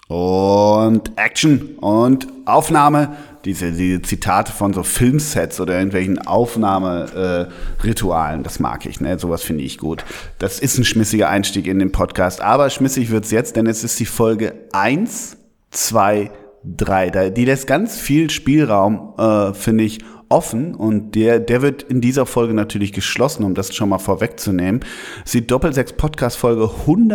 Und Action und Aufnahme. Diese Zitate von so Filmsets oder irgendwelchen Aufnahmeritualen, das mag ich, ne? Sowas finde ich gut. Das ist ein schmissiger Einstieg in den Podcast, aber schmissig wird's jetzt, denn es ist die Folge 1, 2, 3. Die lässt ganz viel Spielraum, finde ich, offen und der wird in dieser Folge natürlich geschlossen, um das schon mal vorwegzunehmen. Es ist die Doppelsechs Podcast Folge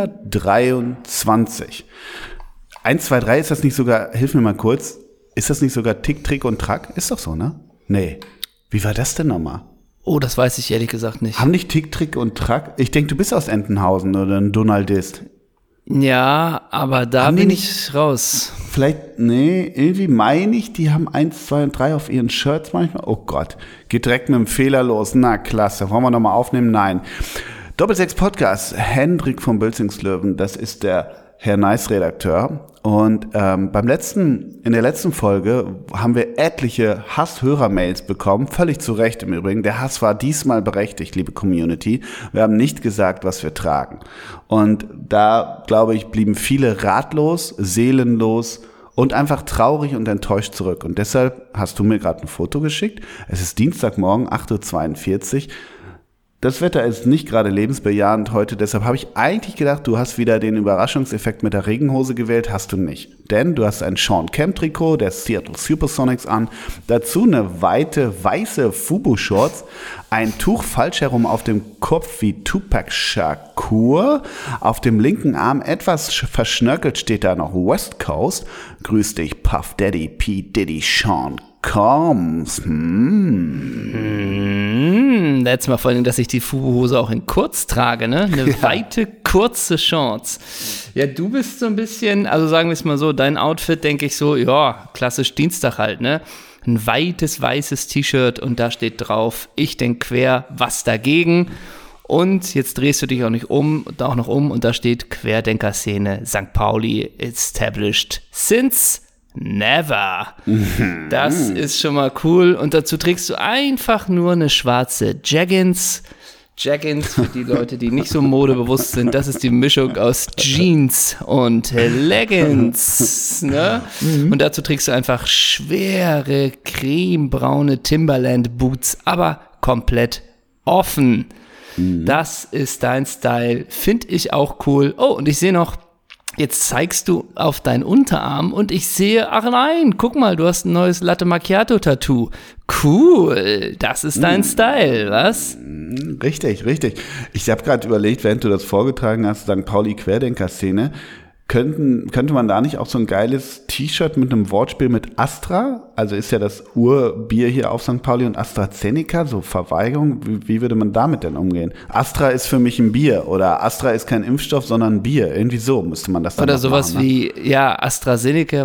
123. 1, 2, 3, ist das nicht sogar, hilf mir mal kurz, ist das nicht sogar Tick, Trick und Track? Ist doch so, ne? Nee. Wie war das denn nochmal? Oh, das weiß ich ehrlich gesagt nicht. Haben nicht Tick, Trick und Track? Ich denke, du bist aus Entenhausen oder ein Donaldist. Ja, aber da bin ich raus. Vielleicht, nee, irgendwie meine ich, die haben 1, 2 und 3 auf ihren Shirts manchmal. Oh Gott, geht direkt mit dem Fehler los. Na, klasse. Wollen wir nochmal aufnehmen? Nein. Doppelsechs Podcast, Hendrik von Bülzingslöwen, das ist der Herr Nice-Redakteur. Und in der letzten Folge haben wir etliche Hass-Hörer-Mails bekommen, völlig zu Recht im Übrigen. Der Hass war diesmal berechtigt, liebe Community. Wir haben nicht gesagt, was wir tragen. Und da, glaube ich, blieben viele ratlos, seelenlos und einfach traurig und enttäuscht zurück. Und deshalb hast du mir gerade ein Foto geschickt. Es ist Dienstagmorgen, 8:42 Uhr. Das Wetter ist nicht gerade lebensbejahend heute, deshalb habe ich eigentlich gedacht, du hast wieder den Überraschungseffekt mit der Regenhose gewählt, hast du nicht. Denn du hast ein Sean Kemp Trikot der Seattle Supersonics an, dazu eine weite weiße Fubu-Shorts, ein Tuch falsch herum auf dem Kopf wie Tupac Shakur, auf dem linken Arm etwas verschnörkelt steht da noch West Coast, grüß dich Puff Daddy, P. Diddy, Sean Combs. Letztes Mal vor allem, dass ich die Fubu-Hose auch in kurz trage, ne? Eine weite, kurze Shorts. Ja, du bist so ein bisschen, also sagen wir es mal so, dein Outfit, denke ich so, ja, klassisch Dienstag halt, ne? Ein weites, weißes T-Shirt und da steht drauf, ich denk quer, was dagegen? Und jetzt drehst du dich auch noch um und da steht Querdenker-Szene, St. Pauli, established since never. Das ist schon mal cool. Und dazu trägst du einfach nur eine schwarze Jaggins. Jaggins, für die Leute, die nicht so modebewusst sind, das ist die Mischung aus Jeans und Leggings. Ne? Und dazu trägst du einfach schwere, cremebraune Timberland Boots, aber komplett offen. Das ist dein Style. Finde ich auch cool. Oh, und ich sehe noch, jetzt zeigst du auf deinen Unterarm und ich sehe, ach nein, guck mal, du hast ein neues Latte Macchiato Tattoo. Cool, das ist dein Style, was? Richtig. Ich habe gerade überlegt, während du das vorgetragen hast, St. Pauli Querdenker-Szene, könnte man da nicht auch so ein geiles T-Shirt mit einem Wortspiel mit Astra, also ist ja das Urbier hier auf St. Pauli und AstraZeneca, so Verweigerung, wie würde man damit denn umgehen? Astra ist für mich ein Bier oder Astra ist kein Impfstoff, sondern ein Bier, irgendwie so müsste man das dann oder sowas machen, ne? Wie, ja, AstraZeneca,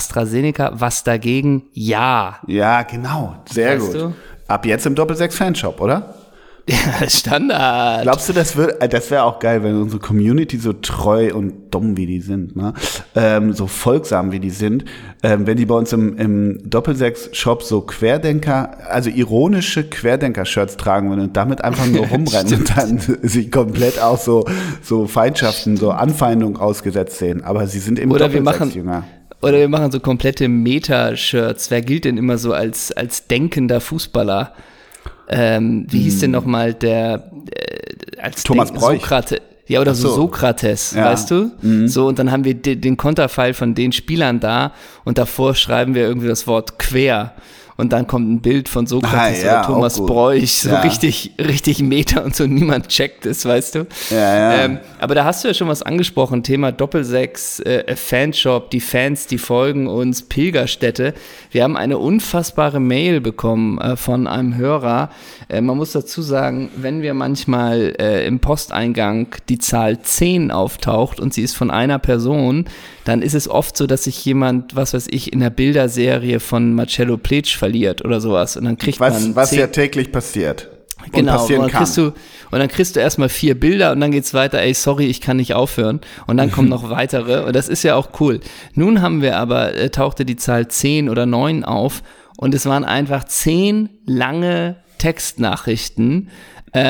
was dagegen, ja. Ja, genau, sehr weißt gut. Du? Ab jetzt im Doppelsechs-Fanshop, oder? Ja, Standard. Glaubst du, das wäre auch geil, wenn unsere Community so treu und dumm wie die sind, ne? So folgsam wie die sind, wenn die bei uns im Doppelsechs-Shop so Querdenker, also ironische Querdenker-Shirts tragen würden und damit einfach nur rumrennen und dann sich komplett auch so Feindschaften, so Anfeindungen ausgesetzt sehen. Aber sie sind eben Doppelsechs-Jünger. Oder wir machen so komplette Meta-Shirts. Wer gilt denn immer so als denkender Fußballer? Wie hieß denn nochmal der als Thomas Bräuch. Sokrates? Ja, oder so Sokrates, ja. Weißt du? So, und dann haben wir den Konterfei von den Spielern da und davor schreiben wir irgendwie das Wort quer. Und dann kommt ein Bild von Sokrates oder Thomas Bräuch, so richtig Meta und so, niemand checkt es, weißt du? Ja. Aber da hast du ja schon was angesprochen, Thema Doppelsechs, Fanshop, die Fans, die folgen uns, Pilgerstätte. Wir haben eine unfassbare Mail bekommen von einem Hörer. Man muss dazu sagen, wenn wir manchmal im Posteingang die Zahl 10 auftaucht und sie ist von einer Person, dann ist es oft so, dass sich jemand, was weiß ich, in der Bilderserie von Marcello Pletsch verliert oder sowas. Und dann kriegt man was ja täglich passiert. Genau, und dann kriegst du erstmal 4 Bilder und dann geht's weiter, ey, sorry, ich kann nicht aufhören. Und dann kommen noch weitere und das ist ja auch cool. Nun haben wir aber, tauchte die Zahl 10 oder 9 auf und es waren einfach 10 lange Textnachrichten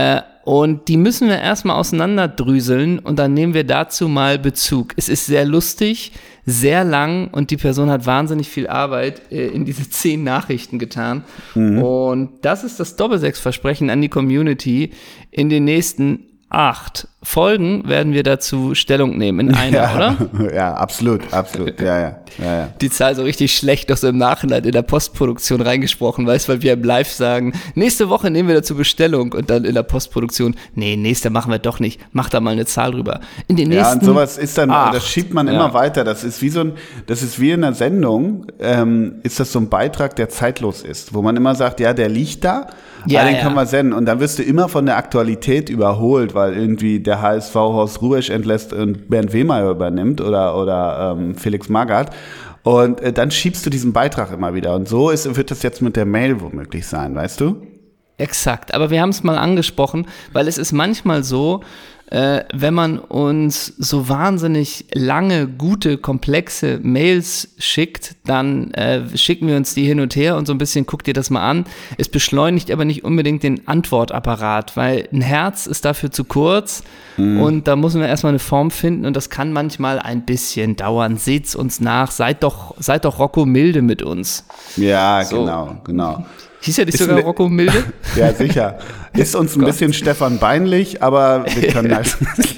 Und die müssen wir erstmal auseinanderdrüseln und dann nehmen wir dazu mal Bezug. Es ist sehr lustig, sehr lang und die Person hat wahnsinnig viel Arbeit in diese 10 Nachrichten getan. Und das ist das Doppelsechs-Versprechen an die Community. In den nächsten 8 Folgen werden wir dazu Stellung nehmen in einer, oder? Ja, absolut, ja. Die Zahl so richtig schlecht, doch so im Nachhinein in der Postproduktion reingesprochen, weißt, weil wir im Live sagen, nächste Woche nehmen wir dazu Bestellung und dann in der Postproduktion, nee, nächste machen wir doch nicht, mach da mal eine Zahl drüber. In den nächsten und sowas ist dann, 8, das schiebt man immer weiter, das ist wie in einer Sendung, ist das so ein Beitrag, der zeitlos ist, wo man immer sagt, ja, der liegt da, den können wir senden und dann wirst du immer von der Aktualität überholt, weil irgendwie der HSV Horst Rubesch entlässt und Bernd Wehmeier übernimmt oder Felix Magath. Und dann schiebst du diesen Beitrag immer wieder. Und so wird das jetzt mit der Mail womöglich sein, weißt du? Exakt, aber wir haben es mal angesprochen, weil es ist manchmal so, wenn man uns so wahnsinnig lange, gute, komplexe Mails schickt, dann schicken wir uns die hin und her und so ein bisschen, guck dir das mal an. Es beschleunigt aber nicht unbedingt den Antwortapparat, weil ein Herz ist dafür zu kurz und da müssen wir erstmal eine Form finden und das kann manchmal ein bisschen dauern. Seht's uns nach, seid doch Rocco Milde mit uns. Ja, so. Genau. Hieß ja nicht sogar Rocco Milde? Ja, sicher. Ist uns ein bisschen Stefan Beinlich, aber wir können halt.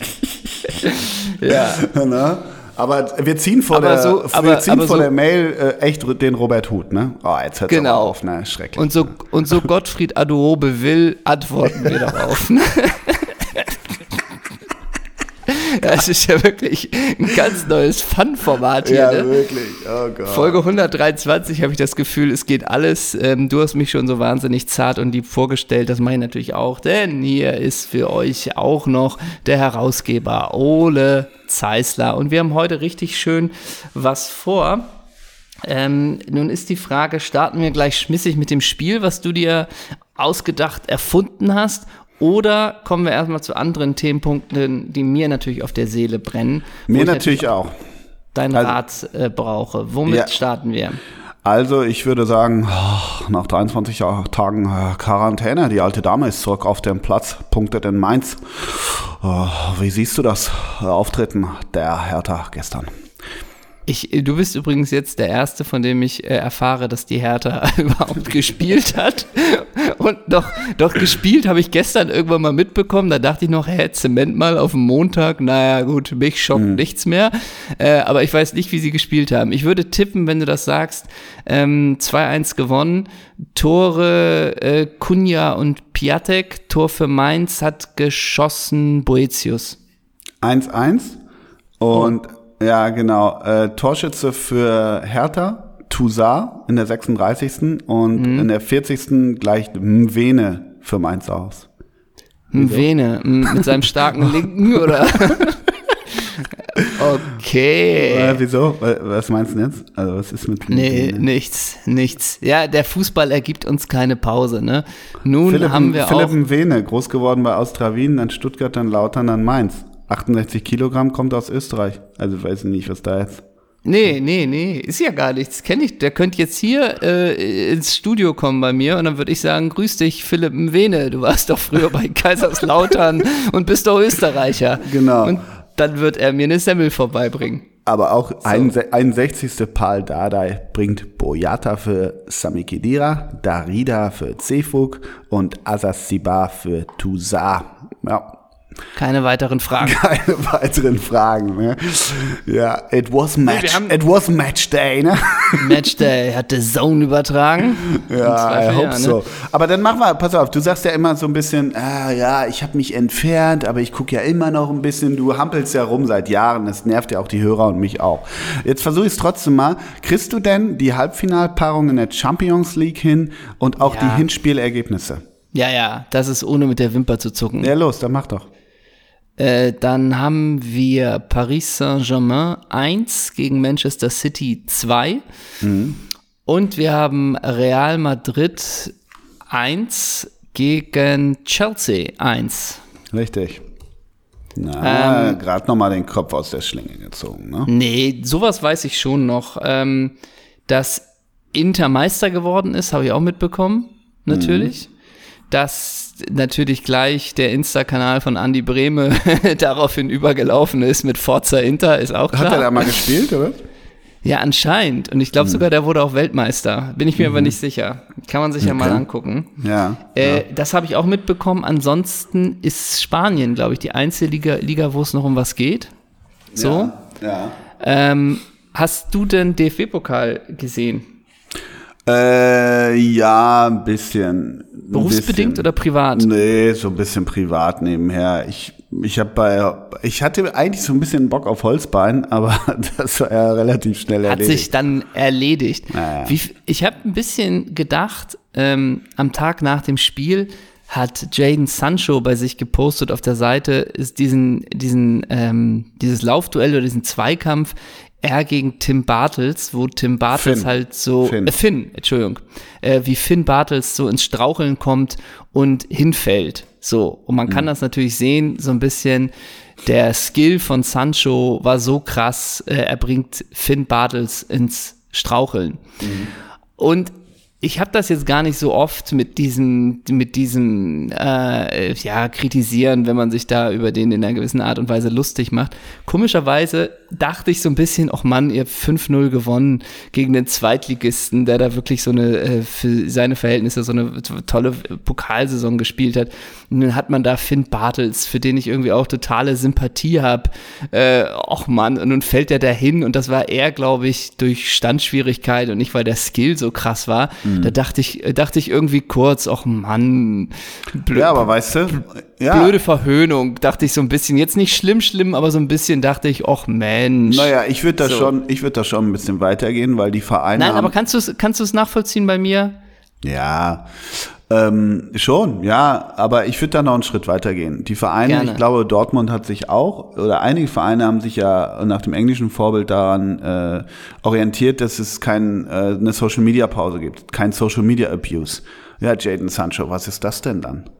Ja. Ne? Aber wir ziehen vor der Mail echt den Robert Huth, ne? Oh, jetzt hört's aber auf, ne? Schrecklich. Und so Gottfried Aduobe will, antworten wir darauf. Ne? Das ist ja wirklich ein ganz neues Fun-Format hier. Ja, ne? Wirklich. Oh Gott. Folge 123 habe ich das Gefühl, es geht alles. Du hast mich schon so wahnsinnig zart und lieb vorgestellt. Das mache ich natürlich auch, denn hier ist für euch auch noch der Herausgeber Ole Zeisler. Und wir haben heute richtig schön was vor. Nun ist die Frage, starten wir gleich schmissig mit dem Spiel, was du dir ausgedacht erfunden hast? Oder kommen wir erstmal zu anderen Themenpunkten, die mir natürlich auf der Seele brennen? Mir natürlich auch. Deinen Rat brauche. Womit starten wir? Also ich würde sagen, nach 23 Tagen Quarantäne, die alte Dame ist zurück auf dem Platz, punktet in Mainz. Wie siehst du das Auftreten der Hertha gestern? Du bist übrigens jetzt der Erste, von dem ich erfahre, dass die Hertha überhaupt gespielt hat. Und doch gespielt habe ich gestern irgendwann mal mitbekommen. Da dachte ich noch, Zement mal auf dem Montag. Naja gut, mich schockt nichts mehr. Aber ich weiß nicht, wie sie gespielt haben. Ich würde tippen, wenn du das sagst, 2-1 gewonnen. Tore Cunha und Piatek. Tor für Mainz hat geschossen Boetius. 1-1 und ja, genau. Torschütze für Hertha, Toussaint in der 36. und in der 40. gleicht Mwene für Mainz aus. Mwene, mit seinem starken Linken, oder? Okay. Wieso? Was meinst du jetzt? Also was ist mit Nee, nichts. Ja, der Fußball ergibt uns keine Pause, ne? Nun haben wir Philipp auch... Mwene, groß geworden bei Austria Wien, dann Stuttgart, dann Lautern, dann Mainz. 68 Kilogramm, kommt aus Österreich. Also weiß ich nicht, was da jetzt. Nee, ist ja gar nichts. Kenn ich. Der könnte jetzt hier ins Studio kommen bei mir und dann würde ich sagen, grüß dich, Philipp Mwene. Du warst doch früher bei Kaiserslautern und bist doch Österreicher. Genau. Und dann wird er mir eine Semmel vorbeibringen. Aber auch 61. Pal Dardai bringt Boyata für Sami Khedira, Darida für Cefuk und Asassiba für Toussaint. Ja. Keine weiteren Fragen. Ne? Ja, it was Match Day, ne? Match Day hat The Zone übertragen. Ja, I hope so. Ne? Aber dann mach mal, pass auf, du sagst ja immer so ein bisschen, ich habe mich entfernt, aber ich gucke ja immer noch ein bisschen, du hampelst ja rum seit Jahren, das nervt ja auch die Hörer und mich auch. Jetzt versuche ich es trotzdem mal. Kriegst du denn die Halbfinalpaarung in der Champions League hin und auch die Hinspielergebnisse? Ja, das ist ohne mit der Wimper zu zucken. Ja, los, dann mach doch. Dann haben wir Paris Saint-Germain 1 gegen Manchester City 2. Und wir haben Real Madrid 1 gegen Chelsea 1. Richtig. Gerade nochmal den Kopf aus der Schlinge gezogen, ne? Nee, sowas weiß ich schon noch. Dass Inter Meister geworden ist, habe ich auch mitbekommen, natürlich. dass natürlich gleich der Insta-Kanal von Andi Brehme daraufhin übergelaufen ist mit Forza Inter, ist auch klar. Hat er da mal gespielt, oder? Ja, anscheinend. Und ich glaube sogar, der wurde auch Weltmeister. Bin ich mir aber nicht sicher. Kann man sich ja mal angucken. Ja. Das habe ich auch mitbekommen. Ansonsten ist Spanien, glaube ich, die einzige Liga, wo es noch um was geht. So. Ja. Hast du denn DFB-Pokal gesehen? Ja, ein bisschen. Berufsbedingt oder privat? Nee, so ein bisschen privat nebenher. Ich hatte eigentlich so ein bisschen Bock auf Holzbein, aber das war ja relativ schnell erledigt. Hat sich dann erledigt. Naja. Ich habe ein bisschen gedacht, am Tag nach dem Spiel hat Jadon Sancho bei sich gepostet auf der Seite, ist dieses Laufduell oder diesen Zweikampf, er gegen Tim Bartels, wo Tim Bartels Finn, wie Finn Bartels so ins Straucheln kommt und hinfällt. So, und man kann das natürlich sehen, so ein bisschen, der Skill von Sancho war so krass, er bringt Finn Bartels ins Straucheln. Und ich habe das jetzt gar nicht so oft mit diesem Kritisieren, wenn man sich da über den in einer gewissen Art und Weise lustig macht. Komischerweise dachte ich so ein bisschen, ach Mann, ihr habt 5-0 gewonnen gegen den Zweitligisten, der da wirklich so eine, für seine Verhältnisse so eine tolle Pokalsaison gespielt hat. Und dann hat man da Finn Bartels, für den ich irgendwie auch totale Sympathie habe. Ach Mann, und nun fällt der da hin und das war eher, glaube ich, durch Standschwierigkeit und nicht, weil der Skill so krass war. Da dachte ich irgendwie kurz, ach Mann, ja, aber weißt du, blöde Verhöhnung, dachte ich so ein bisschen. Jetzt nicht schlimm, aber so ein bisschen dachte ich, ach Mensch. Naja, ich würde da schon ein bisschen weitergehen, weil die Vereine Nein, aber kannst du es nachvollziehen bei mir? Ja, schon, ja, aber ich würde da noch einen Schritt weitergehen. Die Vereine, Gerne. Ich glaube, Dortmund hat sich auch, oder einige Vereine haben sich ja nach dem englischen Vorbild daran orientiert, dass es eine Social-Media-Pause gibt, kein Social-Media-Abuse. Ja, Jadon Sancho, was ist das denn dann?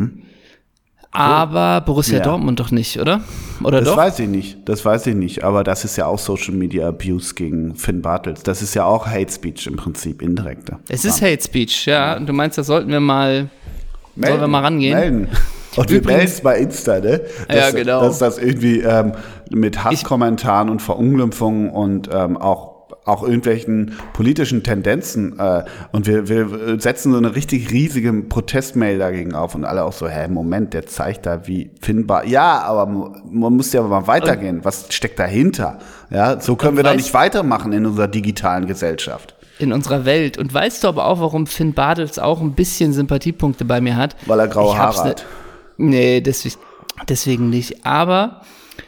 Aber Borussia Dortmund doch nicht, oder? Oder das doch? Das weiß ich nicht, aber das ist ja auch Social Media Abuse gegen Finn Bartels. Das ist ja auch Hate Speech im Prinzip, indirekter. Es ist Hate Speech, ja. Und du meinst, da sollten wir mal rangehen? Melden. Und wir melden es bei Insta, ne? Ja, genau. Dass das irgendwie mit Hasskommentaren und Verunglimpfungen und auch irgendwelchen politischen Tendenzen und wir setzen so eine richtig riesige Protestmail dagegen auf und alle auch so, Moment, der zeigt da wie Finnbar. Ja, aber man muss ja mal weitergehen. Was steckt dahinter? Ja, so können wir doch nicht weitermachen in unserer digitalen Gesellschaft. In unserer Welt. Und weißt du aber auch, warum Finn Bartels auch ein bisschen Sympathiepunkte bei mir hat? Weil er graue Haare hat. Nee, deswegen nicht. Aber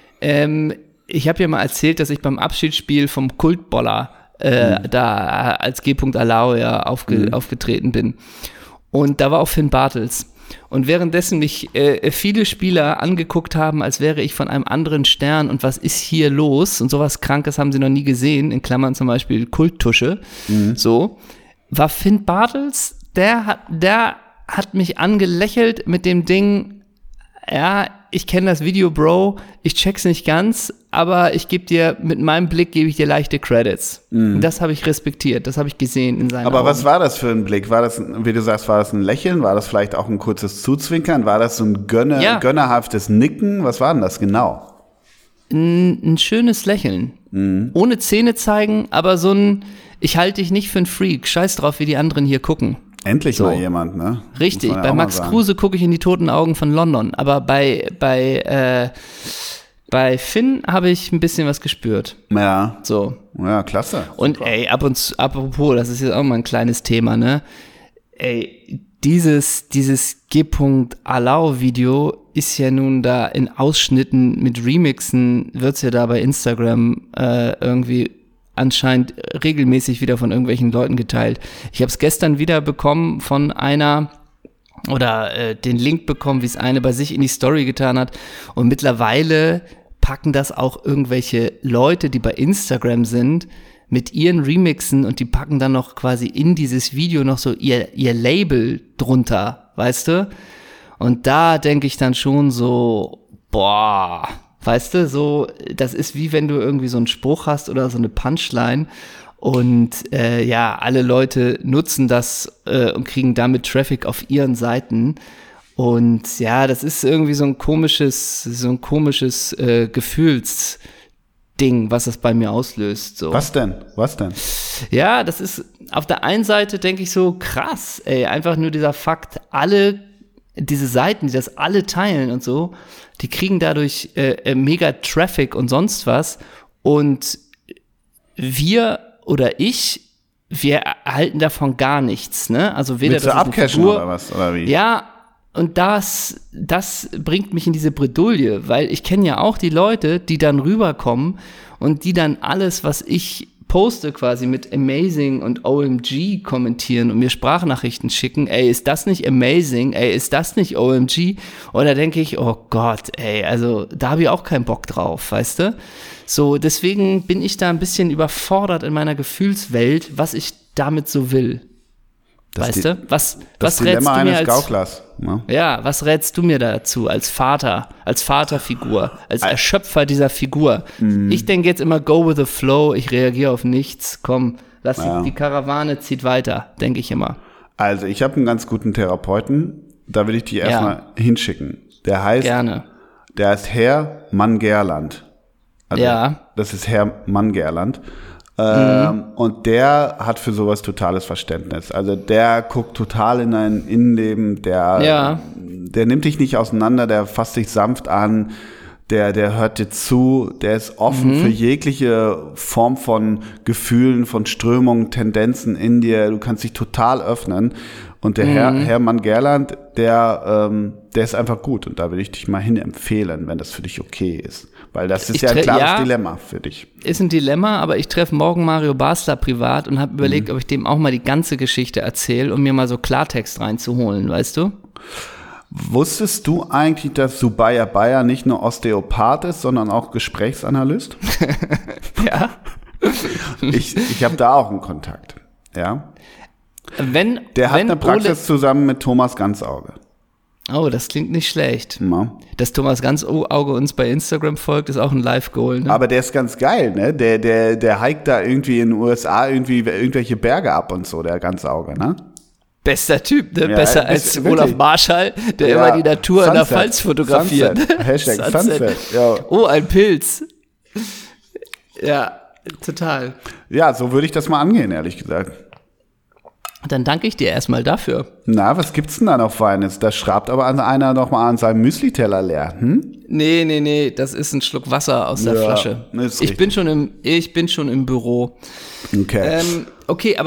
ich habe ja mal erzählt, dass ich beim Abschiedsspiel vom Kultboller da als G. Alao ja aufgetreten bin. Und da war auch Finn Bartels. Und währenddessen mich viele Spieler angeguckt haben, als wäre ich von einem anderen Stern und was ist hier los? Und sowas Krankes haben sie noch nie gesehen, in Klammern zum Beispiel Kulttusche. So, war Finn Bartels, der hat mich angelächelt mit dem Ding, ja, ich kenne das Video, Bro, ich check's nicht ganz, aber mit meinem Blick gebe ich dir leichte Credits. Und das habe ich respektiert, das habe ich gesehen in seinen Augen. Aber was war das für ein Blick? War das, wie du sagst, war das ein Lächeln? War das vielleicht auch ein kurzes Zuzwinkern? War das so ein gönnerhaftes Nicken? Was war denn das genau? Ein schönes Lächeln. Ohne Zähne zeigen, aber so ein, ich halte dich nicht für einen Freak, scheiß drauf, wie die anderen hier gucken. Endlich mal jemand, ne? Richtig, bei Max Kruse gucke ich in die toten Augen von London, aber bei Finn habe ich ein bisschen was gespürt. Ja. So. Ja, klasse. Und ey, apropos, das ist jetzt auch mal ein kleines Thema, ne? Ey, dieses G. Alao-Video ist ja nun da in Ausschnitten mit Remixen, wird's ja da bei Instagram irgendwie anscheinend regelmäßig wieder von irgendwelchen Leuten geteilt. Ich habe es gestern wieder bekommen von einer den Link bekommen, wie es eine bei sich in die Story getan hat. Und mittlerweile packen das auch irgendwelche Leute, die bei Instagram sind, mit ihren Remixen und die packen dann noch quasi in dieses Video noch so ihr Label drunter, weißt du? Und da denke ich dann schon so, weißt du, so, das ist wie wenn du irgendwie so einen Spruch hast oder so eine Punchline Und alle Leute nutzen das und kriegen damit Traffic auf ihren Seiten. Und ja, das ist irgendwie so ein komisches Gefühlsding, was das bei mir auslöst. So. Was denn? Ja, das ist auf der einen Seite, denke ich so, krass, ey, einfach nur dieser Fakt, diese Seiten, die das alle teilen und so, die kriegen dadurch mega Traffic und sonst was. Und wir erhalten davon gar nichts, ne? Also weder willst du abcashen oder was, oder wie? Ja, und das bringt mich in diese Bredouille, weil ich kenne ja auch die Leute, die dann rüberkommen und die dann alles, was ich poste quasi mit Amazing und OMG kommentieren und mir Sprachnachrichten schicken, ey, ist das nicht amazing, ey, ist das nicht OMG? Und da denke ich, oh Gott, ey, also da habe ich auch keinen Bock drauf, weißt du? So, deswegen bin ich da ein bisschen überfordert in meiner Gefühlswelt, was ich damit so will. Weißt du? Was rätst du mir als Gauklers, ne? Ja, was rätst du mir dazu als Vater, als Vaterfigur, als Erschöpfer dieser Figur? Ich denke jetzt immer go with the flow, ich reagiere auf nichts, komm, die Karawane zieht weiter, denke ich immer. Also, ich habe einen ganz guten Therapeuten, da will ich dich erstmal hinschicken. Der heißt Herr Mangerland. Also, das ist Herr Mangerland. Und der hat für sowas totales Verständnis. Also der guckt total in dein Innenleben, der nimmt dich nicht auseinander, der fasst dich sanft an, der hört dir zu, der ist offen für jegliche Form von Gefühlen, von Strömungen, Tendenzen in dir. Du kannst dich total öffnen. Und der Herr Mangerland, der ist einfach gut. Und da will ich dich mal hin empfehlen, wenn das für dich okay ist. Weil das ist ein klares Dilemma für dich. Ist ein Dilemma, aber ich treffe morgen Mario Basler privat und habe überlegt, ob ich dem auch mal die ganze Geschichte erzähle, um mir mal so Klartext reinzuholen, weißt du? Wusstest du eigentlich, dass Subaya Bayer nicht nur Osteopath ist, sondern auch Gesprächsanalyst? Ja. Ich habe da auch einen Kontakt, ja. Der hat eine Praxis zusammen mit Thomas Ganzauge. Oh, das klingt nicht schlecht. Ja. Dass Thomas Ganzauge uns bei Instagram folgt, ist auch ein Live-Goal, ne? Aber der ist ganz geil, ne? Der hiked da irgendwie in den USA irgendwelche Berge ab und so, der Ganzauge, ne? Bester Typ, ne? Ja, besser als Olaf Marschall, der immer die Natur in der Pfalz fotografiert. Sunset. Sunset. Ja. Oh, ein Pilz. Ja, total. Ja, so würde ich das mal angehen, ehrlich gesagt. Dann danke ich dir erstmal dafür. Na, was gibt's denn da noch Feines? Da schreibt aber einer noch mal an seinem Müsli-Teller leer. Nee, das ist ein Schluck Wasser aus der Flasche. Ich bin schon im Büro. Okay.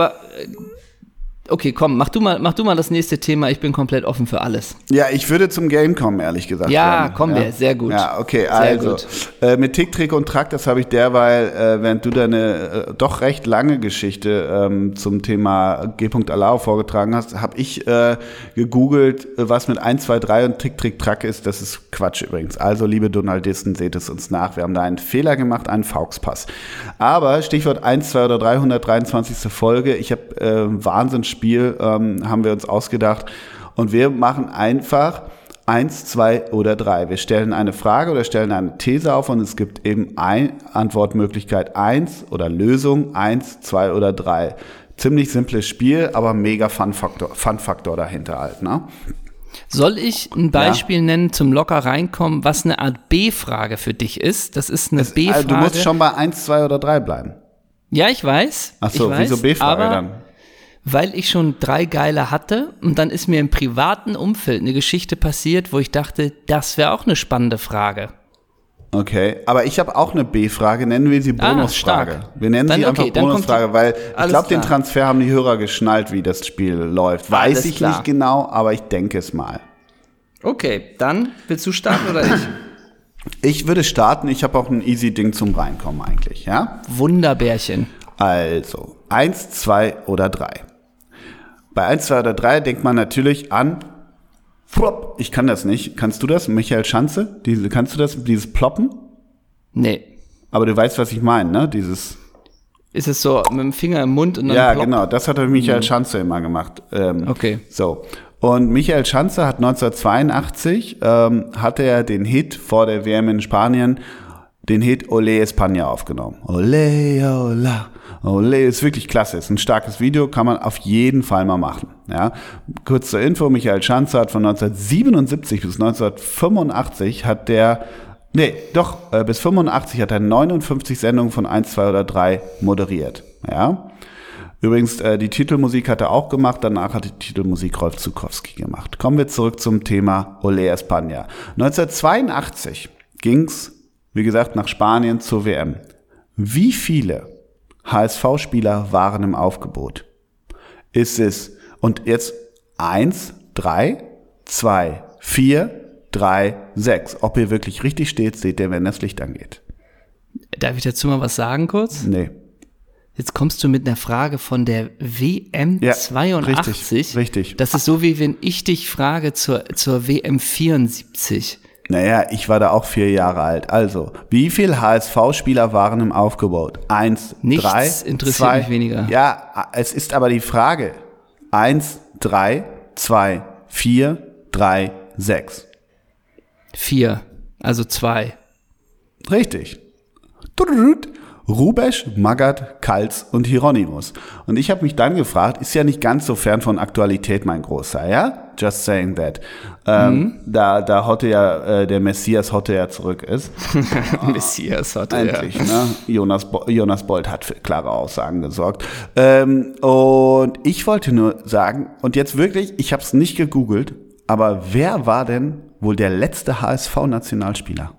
Okay, komm, mach du mal das nächste Thema. Ich bin komplett offen für alles. Ja, ich würde zum Game kommen, ehrlich gesagt. Ja, kommen wir, sehr gut. Ja, okay, also mit Tick, Trick und Track, das habe ich derweil, während du deine doch recht lange Geschichte zum Thema G. Alao vorgetragen hast, habe ich gegoogelt, was mit 1, 2, 3 und Tick, Trick, Track ist. Das ist Quatsch übrigens. Also, liebe Donaldisten, seht es uns nach. Wir haben da einen Fehler gemacht, einen Fauxpass. Aber Stichwort 1, 2 oder 3, 123. Folge. Ich habe Wahnsinnsspiel haben wir uns ausgedacht und wir machen einfach 1, 2 oder 3. Wir stellen eine Frage oder stellen eine These auf und es gibt eben eine Antwortmöglichkeit 1 oder Lösung 1, 2 oder 3. Ziemlich simples Spiel, aber mega Fun-Faktor dahinter halt, ne? Soll ich ein Beispiel nennen zum locker reinkommen, was eine Art B-Frage für dich ist? Das ist eine B-Frage. Also du musst schon bei 1, 2 oder 3 bleiben. Ja, ich weiß. Ach so, wieso B-Frage dann? Weil ich schon 3 geile hatte und dann ist mir im privaten Umfeld eine Geschichte passiert, wo ich dachte, das wäre auch eine spannende Frage. Okay, aber ich habe auch eine B-Frage, nennen wir sie Bonusfrage. Wir nennen sie einfach Bonusfrage, weil ich glaube, den Transfer haben die Hörer geschnallt, wie das Spiel läuft. Weiß ich nicht genau, aber ich denke es mal. Okay, dann willst du starten oder ich? Ich würde starten, ich habe auch ein easy Ding zum Reinkommen eigentlich, ja? Wunderbärchen. Also, 1, 2 oder 3. Bei 1, 2 oder 3 denkt man natürlich an, ich kann das nicht. Kannst du das? Michael Schanze? Kannst du das? Dieses Ploppen? Nee. Aber du weißt, was ich meine, ne? Dieses. Ist es so mit dem Finger im Mund und dann Ja, genau. Das hat Michael Schanze immer gemacht. Okay. So. Und Michael Schanze hat 1982, hatte er den Hit vor der WM in Spanien, den Hit Olé España aufgenommen. Olé, hola, Ole ist wirklich klasse, ist ein starkes Video, kann man auf jeden Fall mal machen. Ja. Kurz zur Info, Michael Schanze hat von 1977 bis 1985 bis 85 hat er 59 Sendungen von 1, 2 oder 3 moderiert. Ja. Übrigens, die Titelmusik hat er auch gemacht, danach hat die Titelmusik Rolf Zukowski gemacht. Kommen wir zurück zum Thema Ole España. 1982 ging's, wie gesagt, nach Spanien zur WM. Wie viele HSV-Spieler waren im Aufgebot? Ist es, und jetzt 1, 3, 2, 4, 3, 6. Ob ihr wirklich richtig steht, seht ihr, wenn das Licht angeht. Darf ich dazu mal was sagen kurz? Nee. Jetzt kommst du mit einer Frage von der WM 82. Richtig. Das ist so, wie wenn ich dich frage zur WM 74. Naja, ich war da auch 4 Jahre alt. Also, wie viele HSV-Spieler waren im Aufgebot? 1, Nichts 3, interessiert 2. mich weniger. Ja, es ist aber die Frage. 1, 3, 2, 4, 3, 6. 4, also 2. Richtig. Rubesch, Magath, Kals und Hieronymus. Und ich habe mich dann gefragt, ist ja nicht ganz so fern von Aktualität, mein Großer, ja? Just saying that. Da heute ja der Messias heute ja zurück ist. Messias heute, endlich, ne? Jonas Bold hat für klare Aussagen gesorgt. Und ich wollte nur sagen, und jetzt wirklich, ich habe es nicht gegoogelt, aber wer war denn wohl der letzte HSV-Nationalspieler?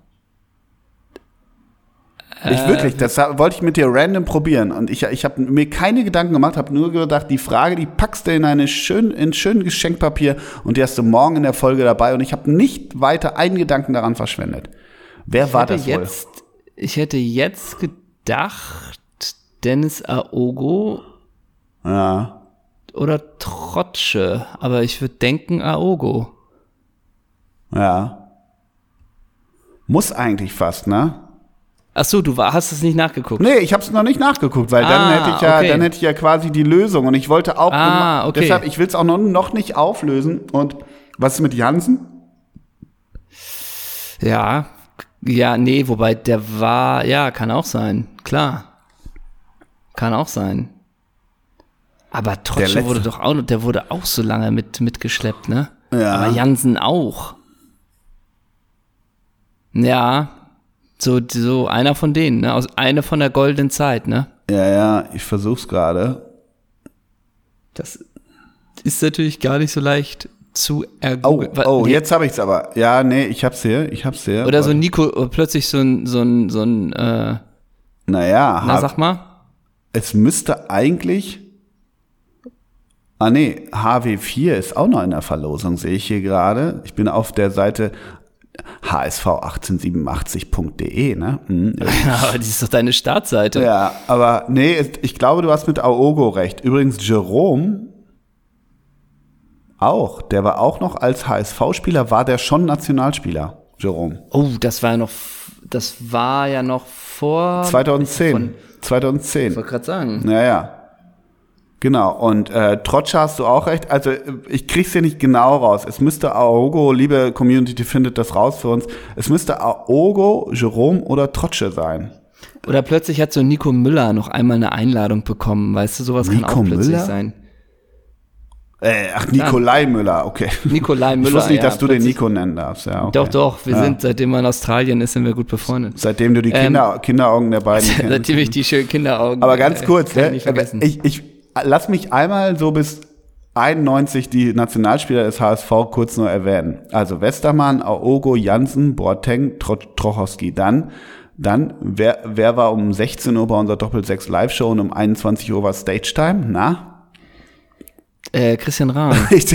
Das wollte ich mit dir random probieren und ich habe mir keine Gedanken gemacht, habe nur gedacht, die Frage, die packst du in schön Geschenkpapier und die hast du morgen in der Folge dabei und ich habe nicht weiter einen Gedanken daran verschwendet. Wer war das wohl? Ich hätte jetzt gedacht, Dennis Aogo oder Trotsche, aber ich würde denken Aogo. Ja. Muss eigentlich fast, ne? Ach so, hast es nicht nachgeguckt? Nee, ich habe es noch nicht nachgeguckt, weil dann hätte ich ja quasi die Lösung und ich wollte auch okay. Deshalb, ich will es auch noch nicht auflösen. Und was ist mit Jansen? Ja, nee, wobei der war, ja, kann auch sein, klar. Kann auch sein. Aber Trotsche wurde auch so lange mitgeschleppt, ne? Ja. Aber Jansen auch. Ja, so einer von denen, ne? Eine von der goldenen Zeit, ne? Ja, ich versuch's gerade. Das ist natürlich gar nicht so leicht zu ergoogeln. Oh, jetzt habe ich's aber. Ja, nee, ich hab's hier. Oder so Nico, plötzlich so ein sag mal. Es müsste eigentlich HW4 ist auch noch in der Verlosung, sehe ich hier gerade. Ich bin auf der Seite hsv1887.de, ne? Ja, aber die ist doch deine Startseite. Ja, aber nee, ich glaube, du hast mit Aogo recht. Übrigens, Jerome auch. Der war auch noch als HSV-Spieler, war der schon Nationalspieler, Jerome. Oh, das war ja noch vor 2010. Ich wollte gerade sagen. Ja. Genau, und Trotsche hast du auch recht. Also ich krieg's hier nicht genau raus. Es müsste Aogo, liebe Community, findet das raus für uns. Es müsste Aogo, Jerome oder Trotsche sein. Oder plötzlich hat so Nico Müller noch einmal eine Einladung bekommen. Weißt du, sowas kann auch plötzlich sein. Nikolai Müller, okay. Nikolai Müller, ich wusste nicht, dass du den Nico nennen darfst. Ja, okay. Doch, wir sind, seitdem er in Australien ist, sind wir gut befreundet. Seitdem du die Kinderaugen der beiden kennst. Seitdem ich die schönen Kinderaugen Aber ganz kurz, kann ich nicht vergessen. Ich lass mich einmal so bis 91 die Nationalspieler des HSV kurz nur erwähnen. Also Westermann, Aogo, Jansen, Boateng, Trochowski. Dann wer war um 16 Uhr bei unserer Doppel-6 Live-Show und um 21 Uhr war Stage-Time? Na? Christian Rahn. Richtig.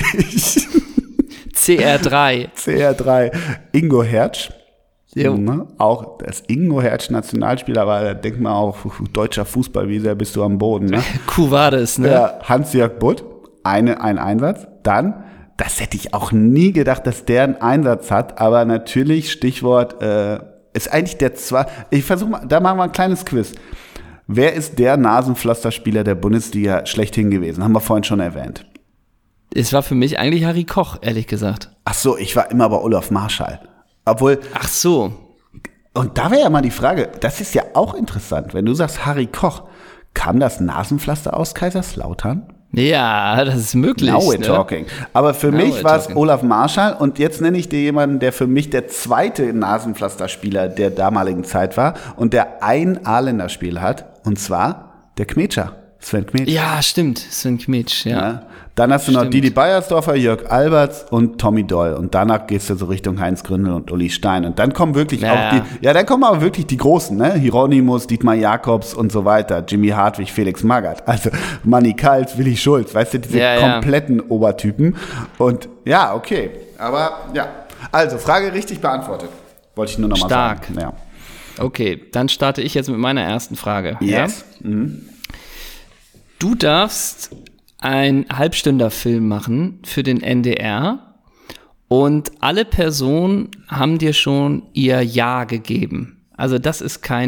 CR3. Ingo Hertz. Ne? Auch dass Ingo Hertz Nationalspieler war, da denkt man auch, deutscher Fußball, wie sehr bist du am Boden, ne? Cuvades, ne? Ja, Hans-Jörg Butt, ein Einsatz. Dann, das hätte ich auch nie gedacht, dass der einen Einsatz hat, aber natürlich, Stichwort, ist eigentlich ich versuche mal, da machen wir ein kleines Quiz. Wer ist der Nasenpflasterspieler der Bundesliga schlechthin gewesen? Haben wir vorhin schon erwähnt. Es war für mich eigentlich Harry Koch, ehrlich gesagt. Ach so, ich war immer bei Olaf Marschall. Obwohl. Ach so. Und da wäre ja mal die Frage, das ist ja auch interessant, wenn du sagst Harry Koch, Kam das Nasenpflaster aus Kaiserslautern? Ja, das ist möglich. Now we're talking. Aber für mich war es Olaf Marschall und jetzt nenne ich dir jemanden, der für mich der zweite Nasenpflasterspieler der damaligen Zeit war und der ein A-Länderspiel hat, und zwar der Kmetscher, Sven Kmetsch. Ja, stimmt, Sven Kmetsch, ja. Dann hast du noch Didi Beiersdorfer, Jörg Alberts und Tommy Doll. Und danach gehst du so Richtung Heinz Gründel und Uli Stein. Und dann kommen wirklich dann kommen aber wirklich die Großen, ne? Hieronymus, Dietmar Jakobs und so weiter. Jimmy Hartwig, Felix Magath. Also Manni Kals, Willi Schulz. Weißt du, diese kompletten Obertypen. Und ja, okay. Aber ja. Also, Frage richtig beantwortet. Wollte ich nur noch mal sagen. Stark. Ja. Okay, dann starte ich jetzt mit meiner ersten Frage. Yes. Ja? Du darfst ein Halbstünderfilm machen für den NDR und alle Personen haben dir schon ihr Ja gegeben. Also das ist kein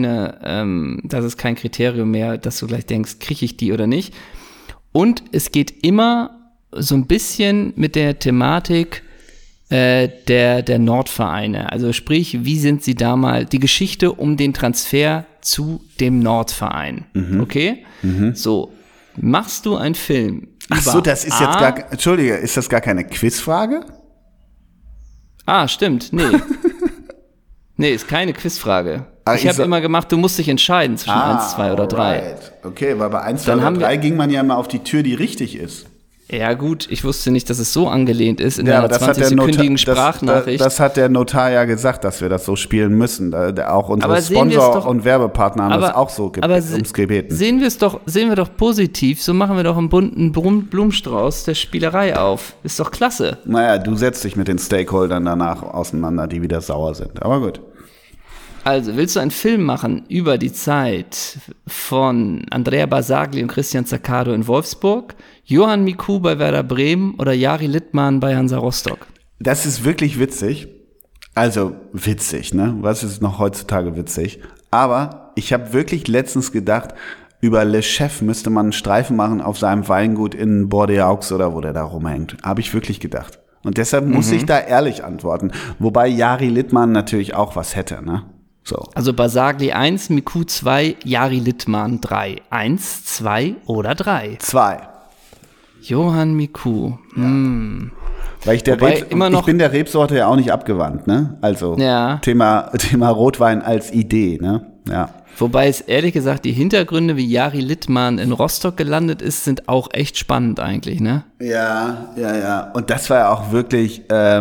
Kriterium mehr, dass du gleich denkst, kriege ich die oder nicht. Und es geht immer so ein bisschen mit der Thematik der Nordvereine. Also sprich, wie sind sie damals, die Geschichte um den Transfer zu dem Nordverein. Okay? So. Machst du einen Film? Ach so, das ist jetzt Entschuldige, ist das gar keine Quizfrage? Stimmt, nee. Nee, ist keine Quizfrage. Ich habe immer gemacht, du musst dich entscheiden zwischen 1, 2 oder 3. Right. Okay, weil bei 1, 2 oder 3 ging man ja immer auf die Tür, die richtig ist. Ja gut, ich wusste nicht, dass es so angelehnt ist in einer 20-sekündigen Sprachnachricht. Das hat der Notar ja gesagt, dass wir das so spielen müssen. Auch unsere Sponsor und Werbepartner haben das auch so ums gebeten. Sehen wir doch positiv, so machen wir doch einen bunten Blumenstrauß der Spielerei auf. Ist doch klasse. Naja, du setzt dich mit den Stakeholdern danach auseinander, die wieder sauer sind. Aber gut. Also, willst du einen Film machen über die Zeit von Andrea Basagli und Christian Zaccardo in Wolfsburg, Johann Miku bei Werder Bremen oder Jari Littmann bei Hansa Rostock? Das ist wirklich witzig. Also witzig, ne? Was ist noch heutzutage witzig? Aber ich habe wirklich letztens gedacht, über Le Chef müsste man einen Streifen machen auf seinem Weingut in Bordeaux oder wo der da rumhängt. Habe ich wirklich gedacht. Und deshalb muss ich da ehrlich antworten. Wobei Jari Littmann natürlich auch was hätte, ne? So. Also Basagli 1, Miku 2, Jari Littmann 3. 1, 2 oder 3? 2. Johann Miku. Weil ich bin der Rebsorte ja auch nicht abgewandt, ne? Also Thema Rotwein als Idee, ne? Ja. Wobei es ehrlich gesagt, die Hintergründe, wie Jari Littmann in Rostock gelandet ist, sind auch echt spannend eigentlich, ne? Ja. Und das war ja auch wirklich,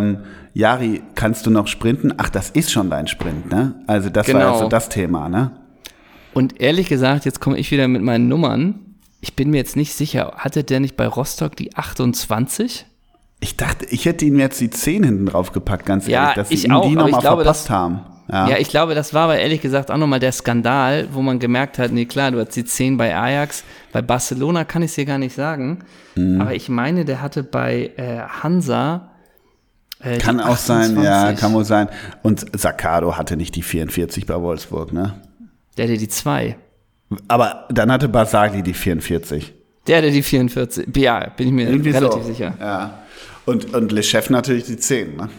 Jari, kannst du noch sprinten? Ach, das ist schon dein Sprint, ne? Also das war ja so das Thema, ne? Und ehrlich gesagt, jetzt komme ich wieder mit meinen Nummern. Ich bin mir jetzt nicht sicher, hatte der nicht bei Rostock die 28? Ich dachte, ich hätte ihm jetzt die 10 hinten drauf gepackt, ganz ehrlich, dass sie ihm die nochmal verpasst haben. Ja, ich glaube, das war aber ehrlich gesagt auch nochmal der Skandal, wo man gemerkt hat, nee klar, du hast die 10 bei Ajax, bei Barcelona kann ich es dir gar nicht sagen, aber ich meine, der hatte bei Hansa kann auch sein, ja, kann wohl sein. Und Zaccardo hatte nicht die 44 bei Wolfsburg, ne? Der hatte die 2. Aber dann hatte Basagli die 44. Der hatte die 44, ja, bin ich mir irgendwie relativ sicher. Ja. Und Le Chef natürlich die 10, ne?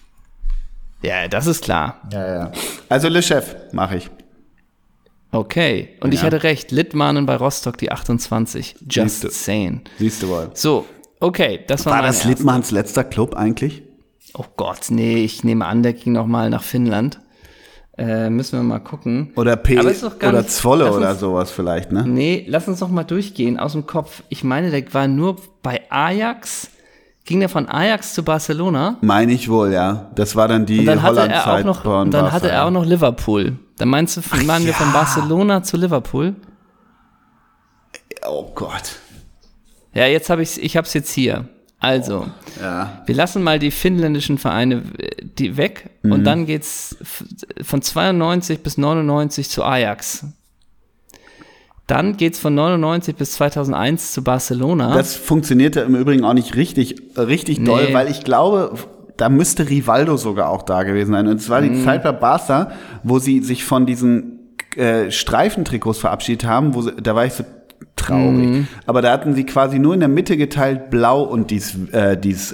Ja, das ist klar. Ja. Also Le Chef mache ich. Okay, und ich hatte recht, Littmannen bei Rostock die 28. Just saying. Siehst du wohl. So, okay, das war das Littmanns letzter Club eigentlich? Oh Gott, nee, ich nehme an, der ging noch mal nach Finnland. Müssen wir mal gucken. Oder oder Zwolle oder sowas vielleicht, ne? Nee, lass uns noch mal durchgehen aus dem Kopf. Ich meine, der war nur bei Ajax. Ging der von Ajax zu Barcelona? Meine ich wohl, ja. Das war dann die Holland-Zeit. Und dann hatte er auch noch Liverpool. Dann meinst du, waren wir von Barcelona zu Liverpool? Oh Gott. Ja, ich hab's jetzt hier. Also, wir lassen mal die finnländischen Vereine weg und dann geht's von 92 bis 99 zu Ajax. Dann geht's von 99 bis 2001 zu Barcelona. Das funktionierte im Übrigen auch nicht richtig doll, weil ich glaube, da müsste Rivaldo sogar auch da gewesen sein. Und es war die Zeit bei Barca, wo sie sich von diesen Streifentrikots verabschiedet haben, da war ich so traurig. Aber da hatten sie quasi nur in der Mitte geteilt blau und dies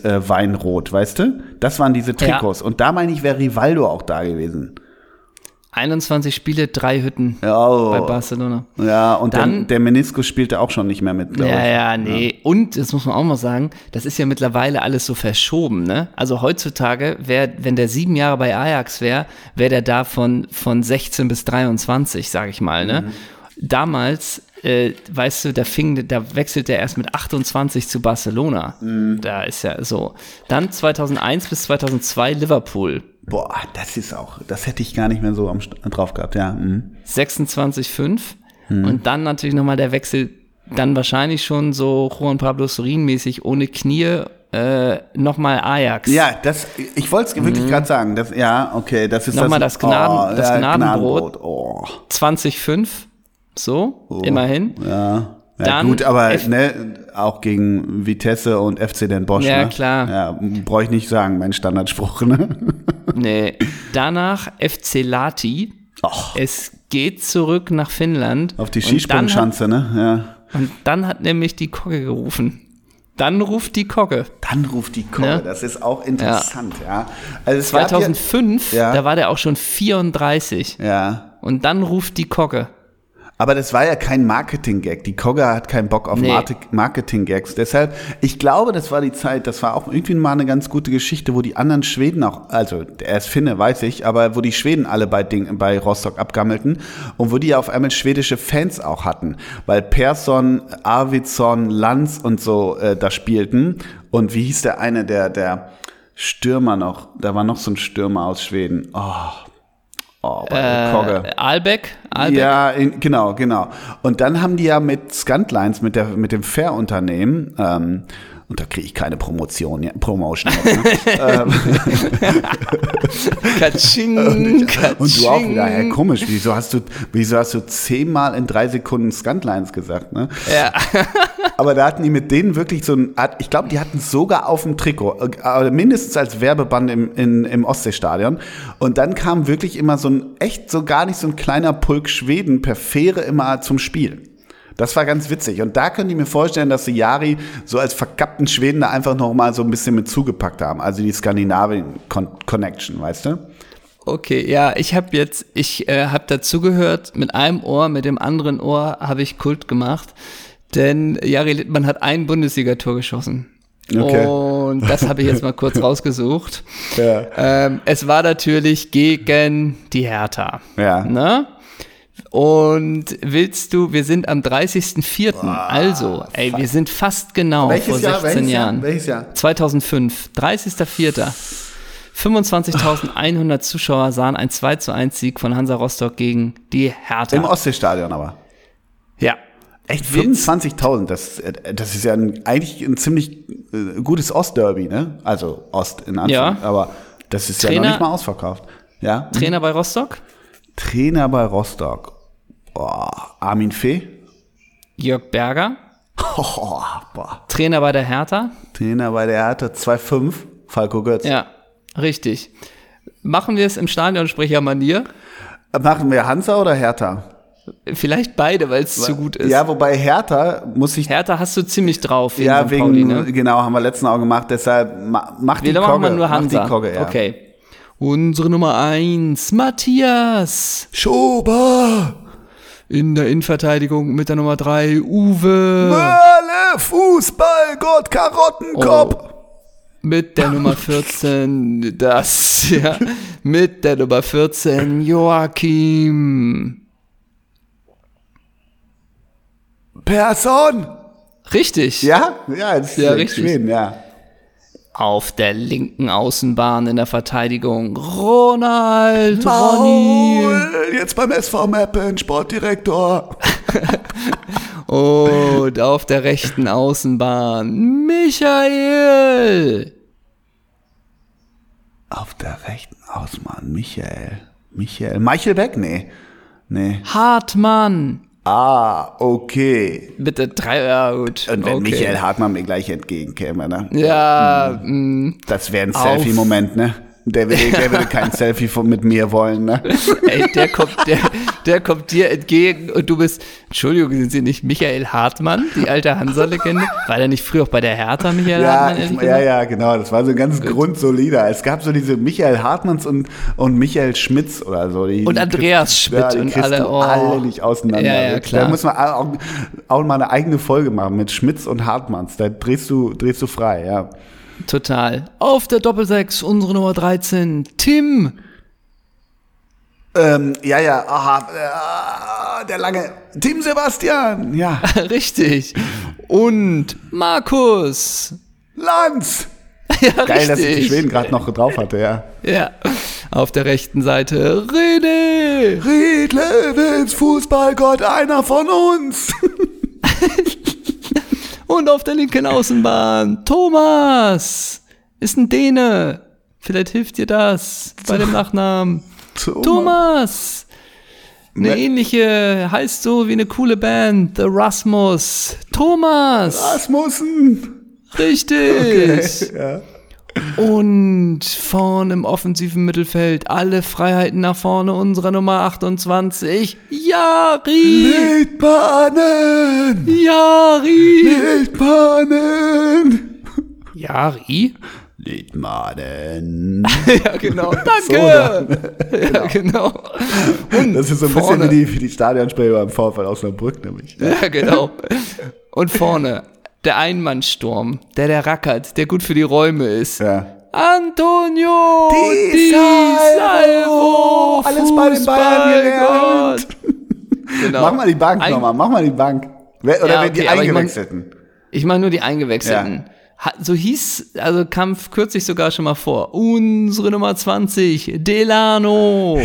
Weinrot, weißt du? Das waren diese Trikots. Ja. Und da meine ich, wäre Rivaldo auch da gewesen. 21 Spiele, 3 Hütten bei Barcelona. Ja, und dann, der Meniskus spielte auch schon nicht mehr mit, glaube ich. Nee. Ja. Und, das muss man auch mal sagen, das ist ja mittlerweile alles so verschoben, ne? Also heutzutage, wenn der 7 Jahre bei Ajax wäre der da von 16 bis 23, sage ich mal, ne? Damals, weißt du, da wechselt er erst mit 28 zu Barcelona. Da ist ja so. Dann 2001 bis 2002 Liverpool. Boah, das hätte ich gar nicht mehr so drauf gehabt, ja. 26,5. Und dann natürlich nochmal der Wechsel, dann wahrscheinlich schon so Juan Pablo Sorin-mäßig ohne Knie, nochmal Ajax. Ja, ich wollte es wirklich gerade sagen. Das ist nochmal das Gnadenbrot. 20,5. So, immerhin. Ja. Ja, dann gut, aber auch gegen Vitesse und FC Den Bosch. Ja, ne? klar. Ja, brauche ich nicht sagen, mein Standardspruch. Ne? Nee. Danach FC Lahti. Es geht zurück nach Finnland. Auf die Skisprungschanze, ne? Ja. Und dann hat nämlich die Kogge gerufen. Dann ruft die Kogge. Ja. Das ist auch interessant, ja. Also 2005, da war der auch schon 34. Ja. Und dann ruft die Kogge. Aber das war ja kein Marketing-Gag. Die Kogge hat keinen Bock auf Marketing-Gags. Deshalb, ich glaube, das war die Zeit, das war auch irgendwie mal eine ganz gute Geschichte, wo die anderen Schweden auch, also er ist Finne, weiß ich, aber wo die Schweden alle bei Rostock abgammelten und wo die auf einmal schwedische Fans auch hatten, weil Persson, Arvidsson, Lanz und so da spielten. Und wie hieß der eine, der Stürmer noch? Da war noch so ein Stürmer aus Schweden. Kogge. Albeck? Ja, genau. Und dann haben die ja mit Scantlines, mit dem Fair-Unternehmen, und da kriege ich keine Promotion jetzt, ne? Katsching, und du auch wieder, ja, komisch, wieso hast du 10-mal in 3 Sekunden Scantlines gesagt, ne? Ja. Aber da hatten die mit denen wirklich so ich glaube, die hatten sogar auf dem Trikot, mindestens als Werbeband im Ostseestadion. Und dann kam wirklich immer gar nicht so ein kleiner Pulk Schweden per Fähre immer zum Spiel. Das war ganz witzig. Und da könnte ich mir vorstellen, dass die Jari so als verkappten Schweden da einfach noch mal so ein bisschen mit zugepackt haben. Also die Skandinavien-Connection, weißt du? Okay, ja, ich habe dazugehört, mit einem Ohr, mit dem anderen Ohr habe ich Kult gemacht. Denn Jari Littmann hat ein Bundesligator geschossen. Okay. Und das habe ich jetzt mal kurz rausgesucht. Ja. Es war natürlich gegen die Hertha. Ja. Ne? Und wir sind am 30.04. Also, wir sind fast genau vor 16 Jahren. Welches Jahr? 2005, 30.04. 25.100 Zuschauer sahen ein 2:1 Sieg von Hansa Rostock gegen die Hertha. Im Ostseestadion aber. Ja. Echt 25.000, das ist ja eigentlich ein ziemlich gutes Ostderby, ne? Also Ost in Anführungszeichen, aber das ist ja noch nicht mal ausverkauft. Ja? Trainer bei Rostock? Armin Fee? Jörg Berger? Trainer bei der Hertha? 2,5, Falco Götz. Ja, richtig. Machen wir es im Stadionsprechermanier? Machen wir Hansa oder Hertha? Vielleicht beide, weil es zu gut ist. Ja, wobei Hertha hast du ziemlich drauf. Ja, wegen Pauli, ne? Genau, haben wir letzten Auch gemacht, deshalb macht die Kogge. Nur Hansa. Macht die Kogge, ja. Okay. Unsere Nummer 1, Matthias Schober. In der Innenverteidigung mit der Nummer 3, Uwe Mölle, Fußballgott, Karottenkopf. Mit der Nummer 14, mit der Nummer 14, Joachim Persson. Richtig. Ja, das ist richtig. Schweden, ja. Auf der linken Außenbahn in der Verteidigung Ronny. Jetzt beim SV Meppen, Sportdirektor. Und auf der rechten Außenbahn Michael. Auf der rechten Außenbahn Michael Beck? Nee. Hartmann. Okay. Bitte 3, ja gut. Und wenn Michael Hartmann mir gleich entgegenkäme, ne? Ja. Das wäre ein Selfie-Moment, ne? Der würde kein Selfie mit mir wollen, ne? Ey, der kommt dir entgegen und du bist, Entschuldigung, sind Sie nicht Michael Hartmann, die alte Hansa-Legende? War der nicht früher auch bei der Hertha, Michael Hartmann? Ja, genau, das war so ganz grundsolider. Es gab so diese Michael Hartmanns und Michael Schmitz oder so. Und Andreas Schmidt und alle nicht auseinander. Ja, klar. Da muss man auch mal eine eigene Folge machen mit Schmitz und Hartmanns. Da drehst du frei, ja. Total. Auf der Doppelsechs, unsere Nummer 13, Tim. Der lange Tim Sebastian, ja. Richtig. Und Markus Lanz. Ja, geil, richtig. Dass ich die Schweden gerade noch drauf hatte, ja. Ja. Auf der rechten Seite René. Ried Lewins, Fußballgott, einer von uns. Und auf der linken Außenbahn Thomas. Ist ein Däne. Vielleicht hilft dir das bei dem Nachnamen. Thomas. Eine ähnliche, heißt so wie eine coole Band. The Rasmus. Thomas. Rasmussen. Richtig. Okay, ja. Und vorne im offensiven Mittelfeld alle Freiheiten nach vorne unserer Nummer 28. Jari. Liedmannen. Jari? Liedmannen. Ja, genau. Danke. Ja, genau. Und das ist so ein vorne, bisschen wie die Stadionsprecher beim VfL Osnabrück nämlich. Ja, genau. Und vorne der Einmannsturm, der rackert, der gut für die Räume ist. Ja. Antonio Di Salvo. Alles bei den Bayern gelernt. Genau. Mach mal die Bank nochmal, Oder die Eingewechselten. Ich meine nur die Eingewechselten. Ja. So kam kürzlich sogar schon mal vor. Unsere Nummer 20, Delano.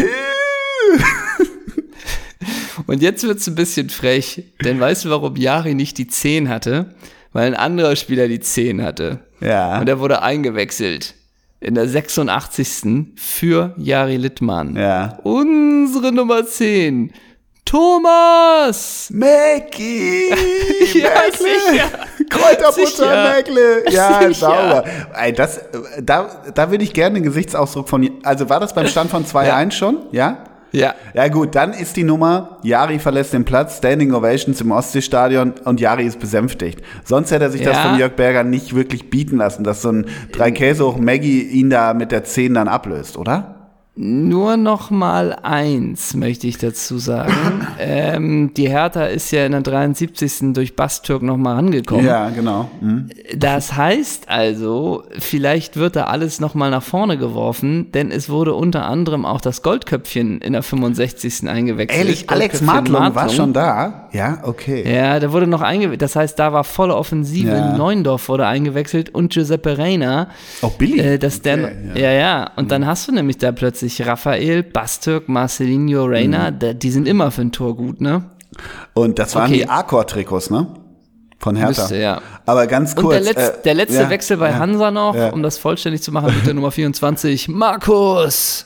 Und jetzt wird's ein bisschen frech, denn weißt du, warum Jari nicht die 10 hatte? Weil ein anderer Spieler die 10 hatte. Ja. Und er wurde eingewechselt. In der 86. für Jari Littmann. Ja. Unsere Nummer 10, Thomas! Mäcki! Ja, sicher! Kräuterbutter Mäckle! Ja, sicher. sauber. Ey, da würde ich gerne den Gesichtsausdruck von... Also war das beim Stand von 2-1 schon? Ja? Ja. Ja gut, dann ist die Nummer, Jari verlässt den Platz, Standing Ovations im Ostseestadion und Jari ist besänftigt. Sonst hätte er sich das von Jörg Berger nicht wirklich bieten lassen, dass so ein 3-Käse-Hoch Maggie ihn da mit der 10 dann ablöst, oder? Nur noch mal eins möchte ich dazu sagen. Die Hertha ist ja in der 73. durch Bastürk noch mal rangekommen. Ja, genau. Mhm. Das heißt also, vielleicht wird da alles noch mal nach vorne geworfen, denn es wurde unter anderem auch das Goldköpfchen in der 65. eingewechselt. Ehrlich, Alex Martlung war schon da? Ja, okay. Ja, der wurde noch eingewechselt. Das heißt, da war volle Offensive. Ja. Neundorf wurde eingewechselt und Giuseppe Reina. Auch Billy? Ja. Und dann hast du nämlich da plötzlich Raphael, Bastürk, Marcelinho, Reina. Die sind immer für ein Tor gut, ne? Und das waren die Arcor-Trikots, ne? Von Hertha. Müsste, ja. Aber ganz kurz. Und der letzte Wechsel bei Hansa noch, um das vollständig zu machen, bitte Nummer 24, Markus.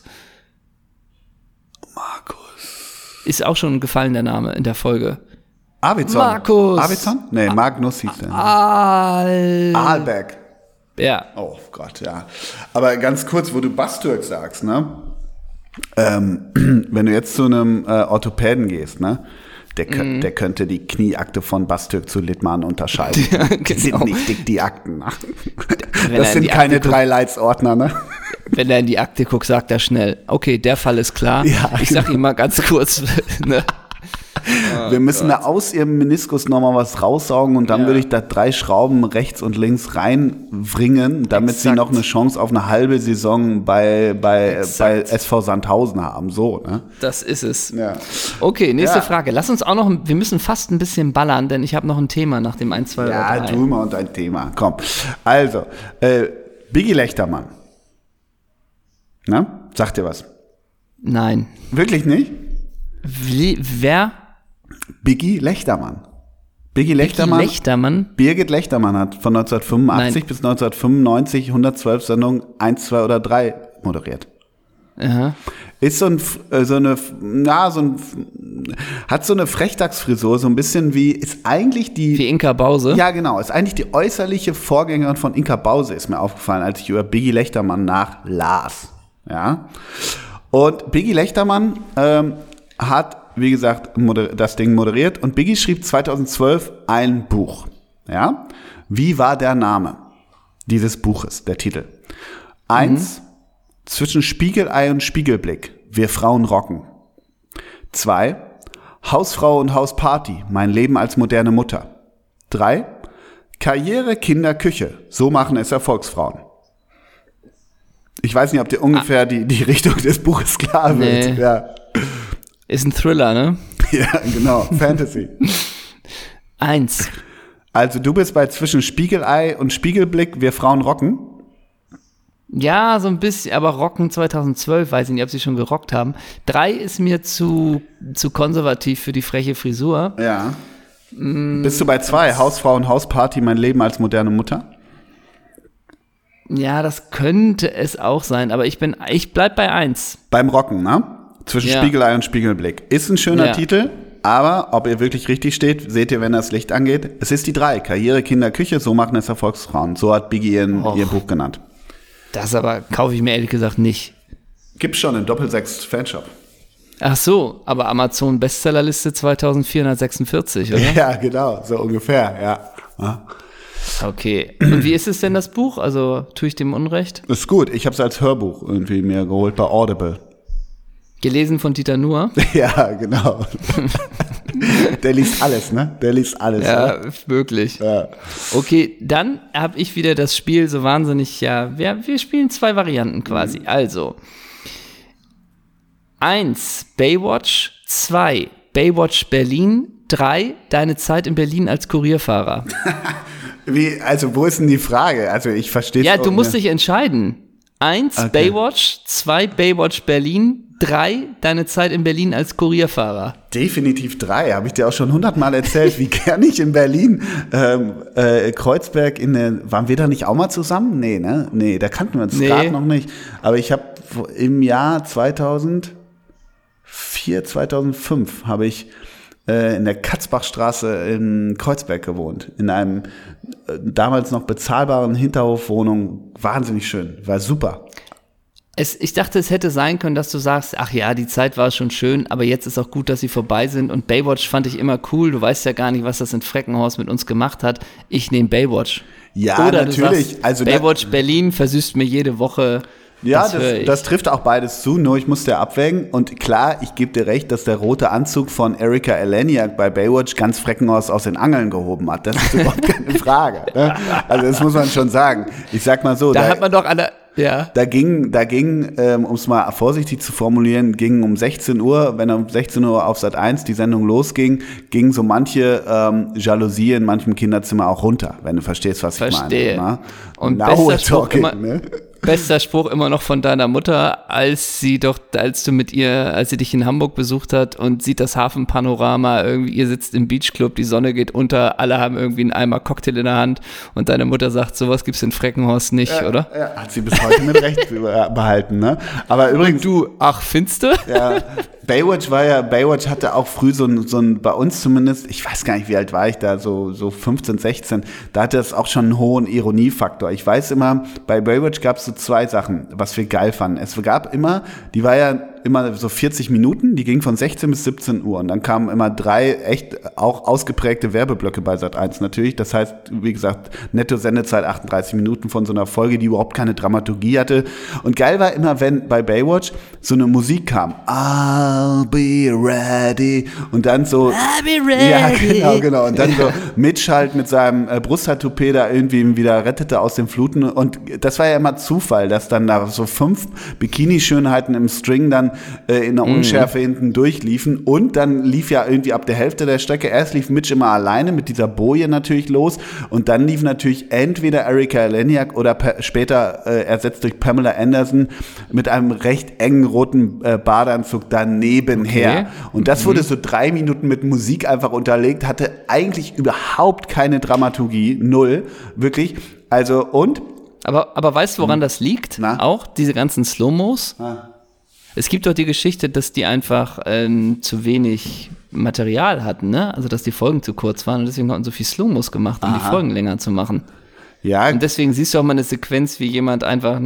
Ist auch schon gefallen, der Name in der Folge. Arvidsson. Markus. Arvidsson? Nee, Magnus hieß der. Aalbeck. Ja. Oh Gott, ja. Aber ganz kurz, wo du Bastürk sagst, ne? Wenn du jetzt zu einem Orthopäden gehst, ne? Der könnte die Knieakte von Bastürk zu Littmann unterscheiden. Ja, genau. Die sind nicht dick, die Akten. Ne? Das sind keine 3 Leitsordner, ne? Wenn er in die Akte guckt, sagt er schnell, okay, der Fall ist klar. Ja, ich sag ihm mal ganz kurz, ne? Wir müssen da aus ihrem Meniskus nochmal was raussaugen und dann würde ich da 3 Schrauben rechts und links reinbringen, damit sie noch eine Chance auf eine halbe Saison bei SV Sandhausen haben. So, ne? Das ist es. Ja. Okay, nächste Frage. Lass uns auch noch, wir müssen fast ein bisschen ballern, denn ich habe noch ein Thema nach dem 1, 2 oder 3. Ja, tu mal und dein Thema. Komm. Also, Biggie Lechtermann. Na? Sagt dir was? Nein. Wirklich nicht? Wer? Biggie Lechtermann. Birgit Lechtermann hat von 1985 bis 1995 112 Sendungen 1, 2 oder 3 moderiert. Aha. Ist hat so eine Frechdachsfrisur, so ein bisschen wie Inka Bause? Ja, genau. Ist eigentlich die äußerliche Vorgängerin von Inka Bause, ist mir aufgefallen, als ich über Biggie Lechtermann nachlas. Ja. Und Biggie Lechtermann hat, wie gesagt, das Ding moderiert. Und Biggie schrieb 2012 ein Buch. Ja. Wie war der Name dieses Buches, der Titel? 1, zwischen Spiegelei und Spiegelblick, wir Frauen rocken. 2, Hausfrau und Hausparty, mein Leben als moderne Mutter. 3, Karriere, Kinder, Küche, so machen es Erfolgsfrauen. Ich weiß nicht, ob dir ungefähr die Richtung des Buches klar wird. Nee. Ja. Ist ein Thriller, ne? Ja, genau, Fantasy. 1. Also du bist bei zwischen Spiegelei und Spiegelblick, wir Frauen rocken. Ja, so ein bisschen, aber Rocken 2012, weiß ich nicht, ob sie schon gerockt haben. 3 ist mir zu konservativ für die freche Frisur. Ja. Bist du bei 2, Hausfrau und Hausparty, mein Leben als moderne Mutter? Ja, das könnte es auch sein, aber ich bleib bei 1. Beim Rocken, ne? Zwischen Spiegelei und Spiegelblick. Ist ein schöner Titel, aber ob ihr wirklich richtig steht, seht ihr, wenn das Licht angeht. Es ist die 3, Karriere, Kinder, Küche, so machen es Erfolgsfrauen. So hat Biggie ihr Buch genannt. Das aber kaufe ich mir ehrlich gesagt nicht. Gibt's schon in Doppel-6 Fanshop. Ach so, aber Amazon Bestsellerliste 2446, oder? Ja, genau, so ungefähr, ja. Okay. Und wie ist es denn, das Buch? Also, tue ich dem Unrecht? Ist gut, ich habe es als Hörbuch irgendwie mir geholt bei Audible. Gelesen von Dieter Nuhr? Ja, genau. Der liest alles, ne? Der liest alles. Ja, ne? wirklich. Ja. Okay, dann habe ich wieder das Spiel so wahnsinnig, wir spielen 2 Varianten quasi. Also, 1, Baywatch, 2, Baywatch Berlin, 3, deine Zeit in Berlin als Kurierfahrer. Also, wo ist denn die Frage? Also, ich verstehe es. Ja, du musst dich entscheiden. 1, okay. Baywatch, 2, Baywatch Berlin, 3, deine Zeit in Berlin als Kurierfahrer. Definitiv 3, habe ich dir auch schon 100-mal erzählt, wie gern ich in Berlin, Kreuzberg waren wir da nicht auch mal zusammen? Nee, ne? Nee, da kannten wir uns gerade noch nicht. Aber ich habe im Jahr 2004, 2005 habe ich in der Katzbachstraße in Kreuzberg gewohnt. In einem damals noch bezahlbaren Hinterhofwohnung. Wahnsinnig schön. War super. Ich dachte, es hätte sein können, dass du sagst, ach ja, die Zeit war schon schön, aber jetzt ist auch gut, dass sie vorbei sind. Und Baywatch fand ich immer cool. Du weißt ja gar nicht, was das in Freckenhorst mit uns gemacht hat. Ich nehme Baywatch. Ja, oder natürlich. Du sagst, Baywatch Berlin versüßt mir jede Woche. Ja, das trifft auch beides zu, nur ich musste abwägen. Und klar, ich gebe dir recht, dass der rote Anzug von Erika Eleniak bei Baywatch ganz Freckenhaus aus den Angeln gehoben hat. Das ist überhaupt keine Frage. Ne? Also das muss man schon sagen. Ich sag mal so. Da hat man doch Da ging, um es mal vorsichtig zu formulieren, ging um 16 Uhr, wenn um 16 Uhr auf Sat.1 die Sendung losging, ging so manche Jalousie in manchem Kinderzimmer auch runter, wenn du verstehst, was ich meine. Ne? Und bester Spruch immer noch von deiner Mutter, als sie dich in Hamburg besucht hat und sieht das Hafenpanorama, irgendwie, ihr sitzt im Beachclub, die Sonne geht unter, alle haben irgendwie einen Eimer Cocktail in der Hand und deine Mutter sagt, sowas gibt's in Freckenhorst nicht, oder? Ja, hat sie bis heute mit Recht behalten, ne? Aber übrigens. Und findest du? Ja, Baywatch hatte auch früh so ein, bei uns zumindest, ich weiß gar nicht, wie alt war ich da, so 15, 16, da hatte es auch schon einen hohen Ironiefaktor. Ich weiß immer, bei Baywatch gab es so 2 Sachen, was wir geil fanden. Es gab immer, die war ja immer so 40 Minuten, die ging von 16 bis 17 Uhr und dann kamen immer 3 echt auch ausgeprägte Werbeblöcke bei Sat.1 natürlich. Das heißt, wie gesagt, netto Sendezeit 38 Minuten von so einer Folge, die überhaupt keine Dramaturgie hatte. Und geil war immer, wenn bei Baywatch so eine Musik kam. I'll be ready. Und dann so. I'll be ready. Ja, genau. Und dann so Mitch halt mit seinem Brusttattoo da irgendwie wieder rettete aus den Fluten. Und das war ja immer Zufall, dass dann da so 5 Bikini-Schönheiten im String dann in der Unschärfe hinten durchliefen. Und dann lief ja irgendwie ab der Hälfte der Strecke, erst lief Mitch immer alleine mit dieser Boje natürlich los. Und dann lief natürlich entweder Erika Eleniak oder später ersetzt durch Pamela Anderson mit einem recht engen roten Badeanzug daneben her. Und das wurde so 3 Minuten mit Musik einfach unterlegt, hatte eigentlich überhaupt keine Dramaturgie, 0, wirklich. Also und? Aber weißt du, woran das liegt? Auch diese ganzen Slow-Mos? Es gibt doch die Geschichte, dass die einfach zu wenig Material hatten, ne? Also dass die Folgen zu kurz waren und deswegen hatten so viel Slow-Mos gemacht, um die Folgen länger zu machen. Ja. Und deswegen siehst du auch mal eine Sequenz, wie jemand einfach nicht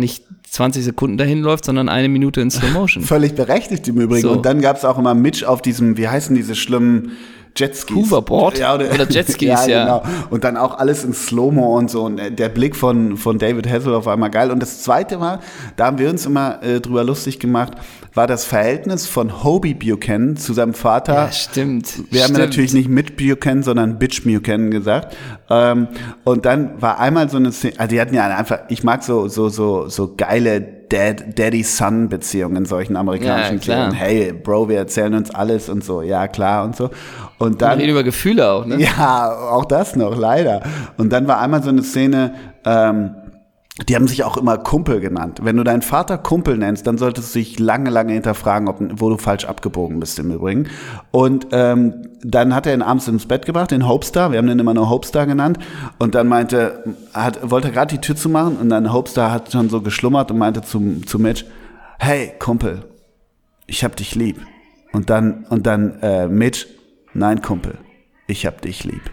20 Sekunden dahin läuft, sondern 1 Minute in Slow Motion. Völlig berechtigt im Übrigen. So. Und dann gab es auch immer Mitch auf diesem, wie heißen diese schlimmen Jetskis? Hoverboard oder Jetskis, ja. Genau. Und dann auch alles in Slow-Mo und so. Und der Blick von David Hasselhoff war immer geil. Und das zweite war, da haben wir uns immer drüber lustig gemacht, war das Verhältnis von Hobie Buchanan zu seinem Vater. Ja, stimmt. Wir haben ja natürlich nicht mit Buchanan, sondern Bitch Buchanan gesagt. Und dann war einmal so eine Szene, also die hatten ja einfach, ich mag so geile Daddy-Son-Beziehungen in solchen amerikanischen Serien. Hey, Bro, wir erzählen uns alles und so. Ja, klar und so. Und dann, wir reden über Gefühle auch, ne? Ja, auch das noch, leider. Und dann war einmal so eine Szene, die haben sich auch immer Kumpel genannt. Wenn du deinen Vater Kumpel nennst, dann solltest du dich lange, lange hinterfragen, wo du falsch abgebogen bist im Übrigen. Und dann hat er ihn abends ins Bett gebracht, den Hopestar, wir haben den immer nur Hopestar genannt. Und dann wollte er gerade die Tür zumachen und dann Hopestar hat schon so geschlummert und meinte zu Mitch, hey Kumpel, ich hab dich lieb. Und dann Mitch, nein Kumpel, ich hab dich lieb.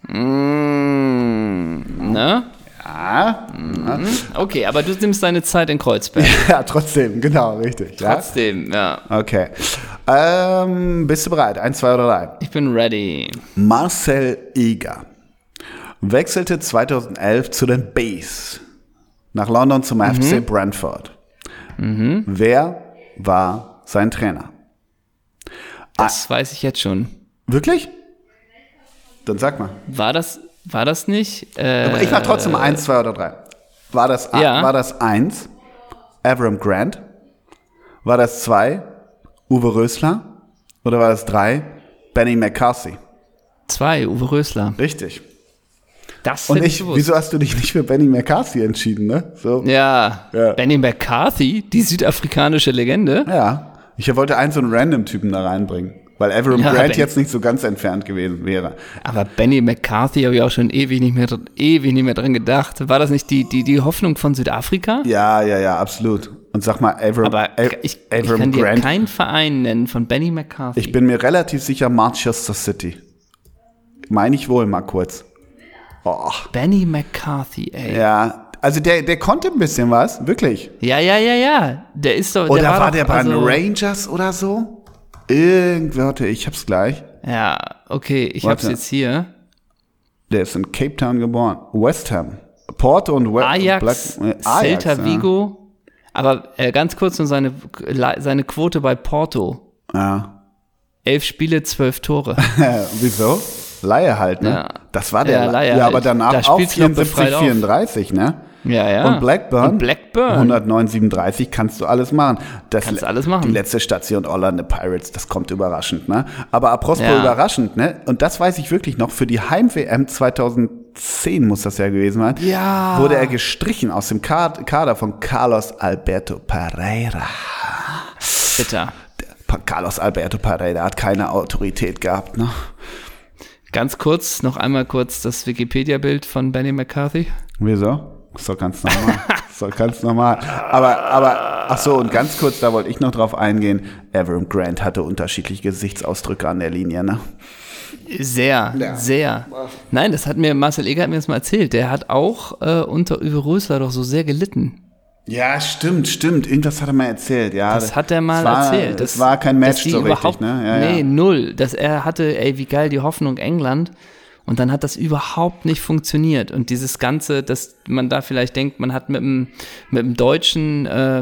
Ne? Ja. Okay, aber du nimmst deine Zeit in Kreuzberg. Ja, trotzdem, genau, richtig. Trotzdem, ja. Okay. Bist du bereit? 1, 2 oder 3? Ich bin ready. Marcel Eger wechselte 2011 zu den Bees nach London zum FC Brentford. Wer war sein Trainer? Das weiß ich jetzt schon. Wirklich? Dann sag mal. War das nicht? Aber ich war trotzdem 1, 2 oder 3. War das 1? Avram Grant? War das 2? Uwe Rösler? Oder war das 3? Benny McCarthy? 2, Uwe Rösler. Richtig. Das Und wieso hast du dich nicht für Benny McCarthy entschieden, ne? So. Ja. Benny McCarthy, die südafrikanische Legende. Ja. Ich wollte einen so einen Random-Typen da reinbringen. Weil Avram Grant jetzt nicht so ganz entfernt gewesen wäre. Aber Benny McCarthy habe ich auch schon ewig nicht mehr dran gedacht. War das nicht die Hoffnung von Südafrika? Ja, absolut. Und sag mal, Avram ich kann dir keinen Verein nennen von Benny McCarthy. Ich bin mir relativ sicher Manchester City. Meine ich wohl mal kurz. Oh. Benny McCarthy, ey. Ja, also der konnte ein bisschen was, wirklich. Ja. Der ist doch. Oder war der bei den Rangers oder so? Warte, ich hab's gleich. Ja, okay, ich hab's jetzt hier. Der ist in Cape Town geboren. West Ham. Porto und Ajax, Celta Vigo. Aber ganz kurz nur seine Quote bei Porto. Ja. 11 Spiele, 12 Tore. Wieso? Laie halt, ne? Ja. Das war der Laie halt. Aber danach da auch 74, 34, ne? Ja. Und Blackburn 109,37 kannst du alles machen. Die letzte Station Orlando Pirates, das kommt überraschend, ne? Aber apropos überraschend, ne? Und das weiß ich wirklich noch, für die Heim-WM 2010 muss das ja gewesen sein, wurde er gestrichen aus dem Kader von Carlos Alberto Pereira. Bitter. Carlos Alberto Pereira hat keine Autorität gehabt, ne? Ganz kurz, noch einmal kurz das Wikipedia-Bild von Benny McCarthy. Wieso? Ist doch ganz normal. Aber, ach so, und ganz kurz, da wollte ich noch drauf eingehen. Avram Grant hatte unterschiedliche Gesichtsausdrücke an der Linie, ne? Sehr. Nein, Marcel Eger hat mir das mal erzählt. Der hat auch unter Uwe Rösler doch so sehr gelitten. Ja, stimmt. Irgendwas hat er mal erzählt, ja. Das hat er mal erzählt. Das war kein Match so richtig, ne? Nee, null. Dass er hatte, wie geil, die Hoffnung England. Und dann hat das überhaupt nicht funktioniert. Und dieses Ganze, dass man da vielleicht denkt, man hat mit dem Deutschen,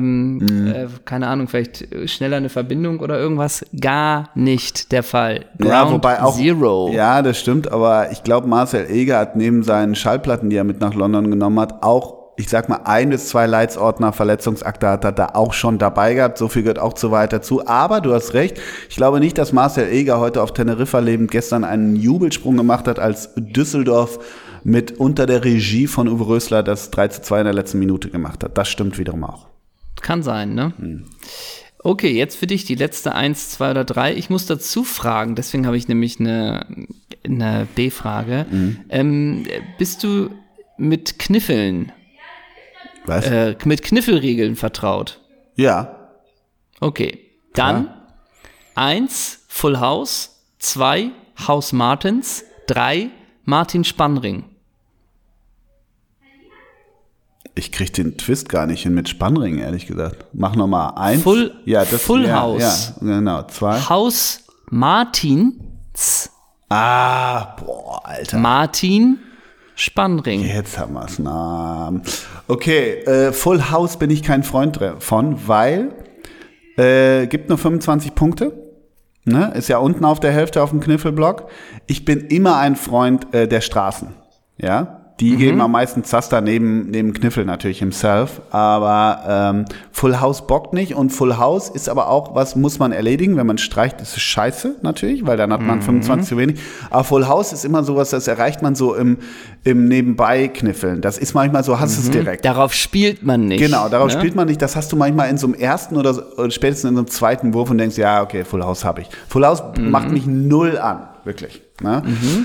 keine Ahnung, vielleicht schneller eine Verbindung oder irgendwas, gar nicht der Fall. Ja, wobei auch, Zero. Ja, das stimmt, aber ich glaube, Marcel Eger hat neben seinen Schallplatten, die er mit nach London genommen hat, auch, ich sag mal, 1 bis 2 Leitsordner Verletzungsakte hat er da auch schon dabei gehabt. So viel gehört auch zu weit dazu. Aber du hast recht. Ich glaube nicht, dass Marcel Eger heute auf Teneriffa lebend gestern einen Jubelsprung gemacht hat, als Düsseldorf mit unter der Regie von Uwe Rösler das 3:2 in der letzten Minute gemacht hat. Das stimmt wiederum auch. Kann sein, ne? Okay, jetzt für dich die letzte 1, 2 oder 3. Ich muss dazu fragen, deswegen habe ich nämlich eine B-Frage. Bist du mit Kniffeln Was? Mit Kniffelregeln vertraut? Ja. Okay, dann 1 Full House, 2 Haus Martins, 3 Martin Spannring. Ich krieg den Twist gar nicht hin mit Spannring, ehrlich gesagt. Mach nochmal 1. Full House. Ja, genau. 2. Haus Martins. Alter. Martin Spannring. Jetzt haben wir es. Okay, Full House bin ich kein Freund von, weil gibt nur 25 Punkte. Ne? Ist ja unten auf der Hälfte auf dem Kniffelblock. Ich bin immer ein Freund der Straßen. Ja. Die geben am meisten Zaster neben Kniffel natürlich himself, aber Full House bockt nicht und Full House ist aber auch, was muss man erledigen, wenn man streicht, ist es scheiße natürlich, weil dann hat man 25 zu wenig, aber Full House ist immer sowas, das erreicht man so im Nebenbei-Kniffeln, das ist manchmal so, hast es direkt. Darauf spielt man nicht. Genau, darauf spielt man nicht, das hast du manchmal in so einem ersten oder spätestens in so einem zweiten Wurf und denkst, ja, okay, Full House habe ich. Full House macht mich null an, wirklich. Ne?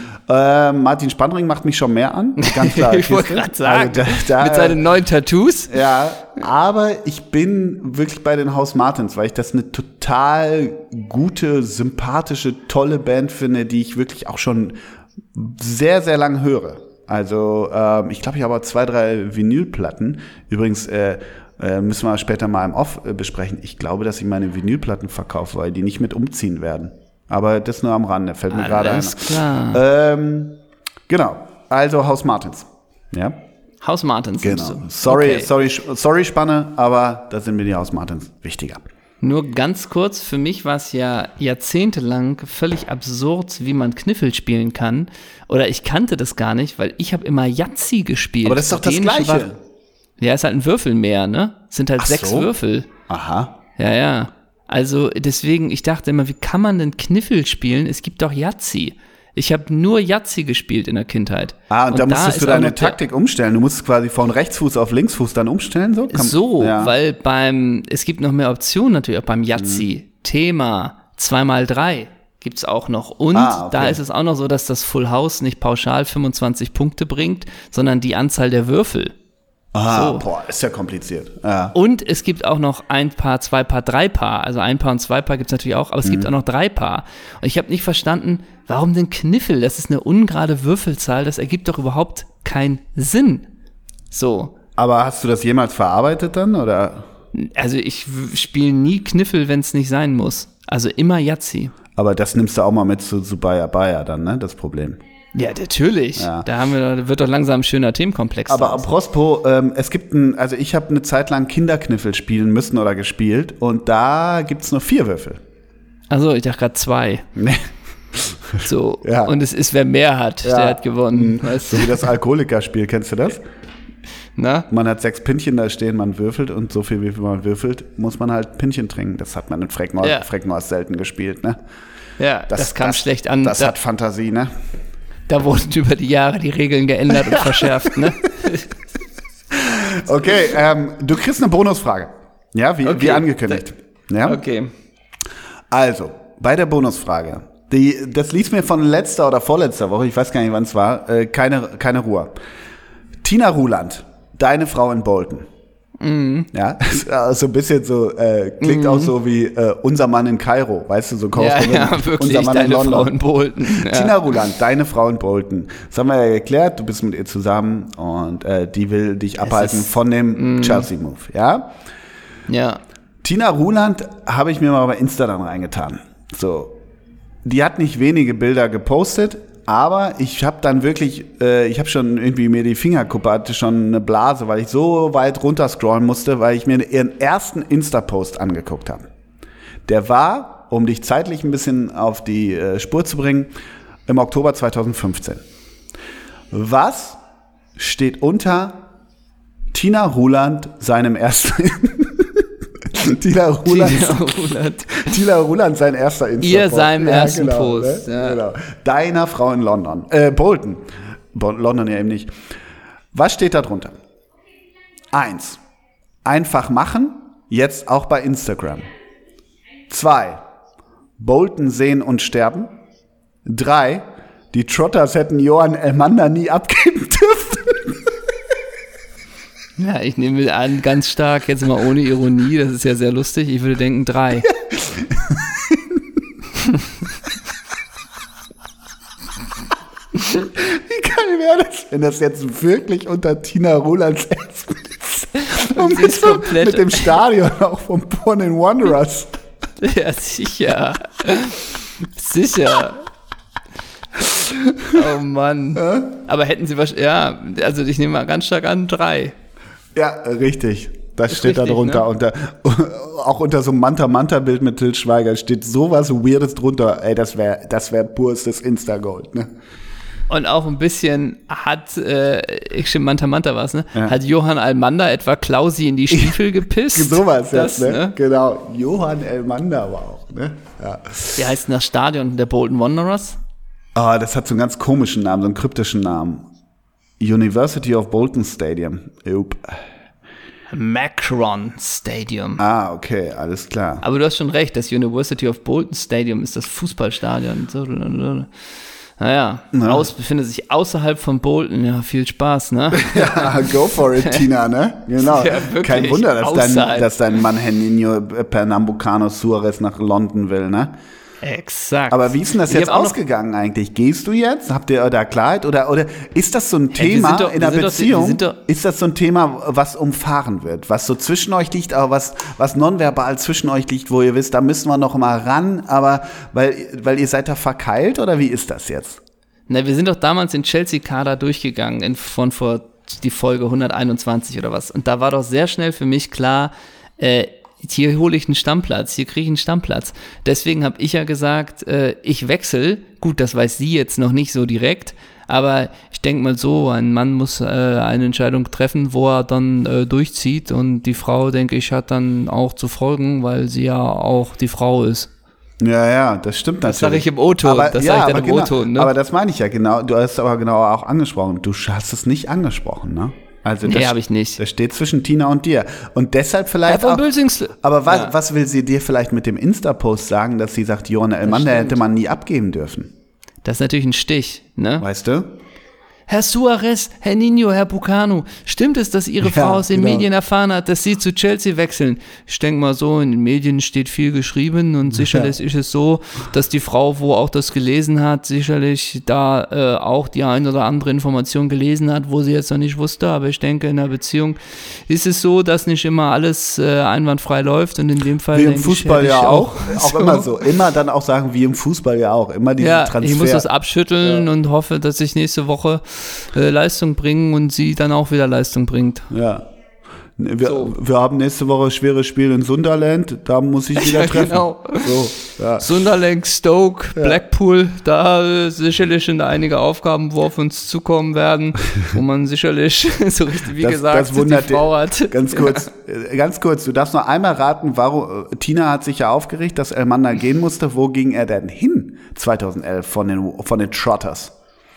Martin Spannring macht mich schon mehr an, ganz klar. Ich wollte gerade sagen, mit seinen neuen Tattoos. Ja, aber ich bin wirklich bei den Haus Martins, weil ich das eine total gute, sympathische, tolle Band finde, die ich wirklich auch schon sehr, sehr lange höre. Also ich glaube, ich habe 2, 3 Vinylplatten. Übrigens müssen wir später mal im Off besprechen. Ich glaube, dass ich meine Vinylplatten verkaufe, weil die nicht mit umziehen werden. Aber das nur am Rande, fällt mir gerade ein. Alles klar. Genau, also Haus Martins. Ja? Haus Martins. Genau. Sorry, Spanne, aber da sind mir die Haus Martins wichtiger. Nur ganz kurz, für mich war es ja jahrzehntelang völlig absurd, wie man Kniffel spielen kann. Oder ich kannte das gar nicht, weil ich habe immer Yahtzee gespielt. Aber das ist doch das Gleiche. Ja, ist halt ein Würfel mehr, ne? Es sind halt 6 Würfel. Aha. Ja. Also deswegen, ich dachte immer, wie kann man denn Kniffel spielen? Es gibt doch Yahtzee. Ich habe nur Yahtzee gespielt in der Kindheit. Und da musstest du deine Taktik umstellen. Du musst quasi von Rechtsfuß auf Linksfuß dann umstellen? Weil es gibt noch mehr Optionen natürlich auch beim Yahtzee. Thema 2x3 gibt's auch noch. Und da ist es auch noch so, dass das Full House nicht pauschal 25 Punkte bringt, sondern die Anzahl der Würfel. Ist ja kompliziert. Ja. Und es gibt auch noch 1 Paar, 2 Paar, 3 Paar. Also 1 Paar und 2 Paar gibt's natürlich auch, aber es gibt auch noch 3 Paar. Und ich habe nicht verstanden, warum denn Kniffel? Das ist eine ungerade Würfelzahl, das ergibt doch überhaupt keinen Sinn. So. Aber hast du das jemals verarbeitet dann, oder? Also ich spiele nie Kniffel, wenn es nicht sein muss. Also immer Yahtzee. Aber das nimmst du auch mal mit zu Bayer dann, ne? Das Problem. Ja, natürlich. Ja. Da wird doch langsam ein schöner Themenkomplex. Aber apropos, es gibt ich habe eine Zeit lang Kinderkniffel spielen müssen oder gespielt und da gibt's nur 4 Würfel. Also ich dachte gerade 2. Nee. So, ja. Und es ist, wer mehr hat, der hat gewonnen. Weißt du? So wie das Alkoholikerspiel, kennst du das? Na? Man hat 6 Pinchen da stehen, man würfelt und so viel, wie viel man würfelt, muss man halt Pinchen trinken. Das hat man in Frecknorst selten gespielt, ne? Ja, das kam schlecht an. Das hat Fantasie, ne? Da wurden über die Jahre die Regeln geändert und verschärft, ne? Okay, du kriegst eine Bonusfrage. Ja, wie angekündigt. Ja? Okay. Also, bei der Bonusfrage. Das liest mir von letzter oder vorletzter Woche, ich weiß gar nicht, wann es war, keine Ruhe. Tina Ruland, deine Frau in Bolton. Ja, so ein bisschen so, klingt auch so wie unser Mann in Kairo, weißt du, so Ja, wirklich, unser Mann deine in London. Frau in Bolton. Ja. Tina Ruland, deine Frau in Bolton. Das haben wir ja geklärt, du bist mit ihr zusammen und die will dich abhalten von dem Chelsea-Move, ja? Ja. Tina Ruland habe ich mir mal bei Instagram reingetan. So, die hat nicht wenige Bilder gepostet, aber ich habe dann wirklich, ich habe schon irgendwie mir die Fingerkuppe, hatte schon eine Blase, weil ich so weit runterscrollen musste, weil ich mir ihren ersten Insta-Post angeguckt habe. Der war, um dich zeitlich ein bisschen auf die Spur zu bringen, im Oktober 2015. Was steht unter Tina Ruland seinem ersten... Tina Ruland, sein erster Insta-Post. Ihr seinem ersten Post. Ne? Ja. Genau. Deiner Frau in London. Bolton. London ja eben nicht. Was steht da drunter? 1. Einfach machen, jetzt auch bei Instagram. 2. Bolton sehen und sterben. 3. Die Trotters hätten Johann Elmander nie abgeben dürfen. Ja, ich nehme an, ganz stark, jetzt mal ohne Ironie, das ist ja sehr lustig, ich würde denken 3. Wie geil wäre das, wenn das jetzt wirklich unter Tina Rulands Und sie ist komplett. Mit dem Stadion auch vom Born in Wanderers. Ja, sicher. Sicher. Oh Mann. Aber hätten sie wahrscheinlich, ja, also ich nehme mal ganz stark an, 3. Ja, richtig. Das steht richtig, da drunter. ne? Auch unter so einem Manta-Manta-Bild mit Til Schweiger steht sowas Weirdes drunter. Ey, das wär purstes Insta-Gold, ne? Und auch ein bisschen Manta Manta war es, ne? Ja. Hat Johann Almander etwa Klausi in die Stiefel gepisst? Sowas jetzt, ne? Genau. Johann Almander war auch, ne? Ja. Wie heißt denn das Stadion der Bolton Wanderers? Das hat so einen ganz komischen Namen, so einen kryptischen Namen. University of Bolton Stadium. Jupp. Macron Stadium. Ah, okay, alles klar. Aber du hast schon recht, das University of Bolton Stadium ist das Fußballstadion. Naja, befindet sich außerhalb von Bolton. Ja, viel Spaß, ne? Ja, go for it, Tina, ne? Genau. Ja, kein Wunder, dass dein Mann Henninho Pernambucano Suarez nach London will, ne? Exakt. Aber wie ist denn das jetzt ausgegangen eigentlich? Gehst du jetzt? Habt ihr da Klarheit? Oder ist das so ein Thema in der Beziehung? Ist das so ein Thema, was umfahren wird? Was so zwischen euch liegt, aber was nonverbal zwischen euch liegt, wo ihr wisst, da müssen wir noch mal ran, aber weil ihr seid da verkeilt oder wie ist das jetzt? Na, wir sind doch damals in Chelsea-Kader durchgegangen, von vor die Folge 121 oder was. Und da war doch sehr schnell für mich klar, hier hole ich einen Stammplatz, hier kriege ich einen Stammplatz. Deswegen habe ich ja gesagt, ich wechsle. Gut, das weiß sie jetzt noch nicht so direkt, aber ich denke mal so, ein Mann muss eine Entscheidung treffen, wo er dann durchzieht und die Frau, denke ich, hat dann auch zu folgen, weil sie ja auch die Frau ist. Ja, das stimmt natürlich. Das sage ich im O-Ton, O-Ton. Ne? Aber das meine ich ja genau, du hast aber genau auch angesprochen, du hast es nicht angesprochen, ne? Also nee, habe ich nicht. Das steht zwischen Tina und dir. Und deshalb vielleicht auch. Aber was will sie dir vielleicht mit dem Insta-Post sagen, dass sie sagt, Johann Almander hätte man nie abgeben dürfen? Das ist natürlich ein Stich, ne? Weißt du? Herr Suarez, Herr Nino, Herr Bucano, stimmt es, dass Ihre Frau aus den Medien erfahren hat, dass Sie zu Chelsea wechseln? Ich denke mal so, in den Medien steht viel geschrieben und sicherlich ist es so, dass die Frau, wo auch das gelesen hat, sicherlich da auch die ein oder andere Information gelesen hat, wo sie jetzt noch nicht wusste, aber ich denke, in einer Beziehung ist es so, dass nicht immer alles einwandfrei läuft und in dem Fall wie im Fußball ja auch so. Immer so, immer dann auch sagen, wie im Fußball ja auch, immer diese Transfer. Ich muss das abschütteln und hoffe, dass ich nächste Woche Leistung bringen und sie dann auch wieder Leistung bringt. Ja. Wir haben nächste Woche schweres Spiel in Sunderland, da muss ich wieder treffen. Genau. Sunderland, Stoke, Blackpool, da sicherlich sind einige Aufgaben, wo auf uns zukommen werden, wo man sicherlich, so richtig wie gesagt, die Frau hat. Ganz kurz, du darfst noch einmal raten, warum Tina hat sich ja aufgeregt, dass Almander gehen musste. Wo ging er denn hin 2011 von den Trotters?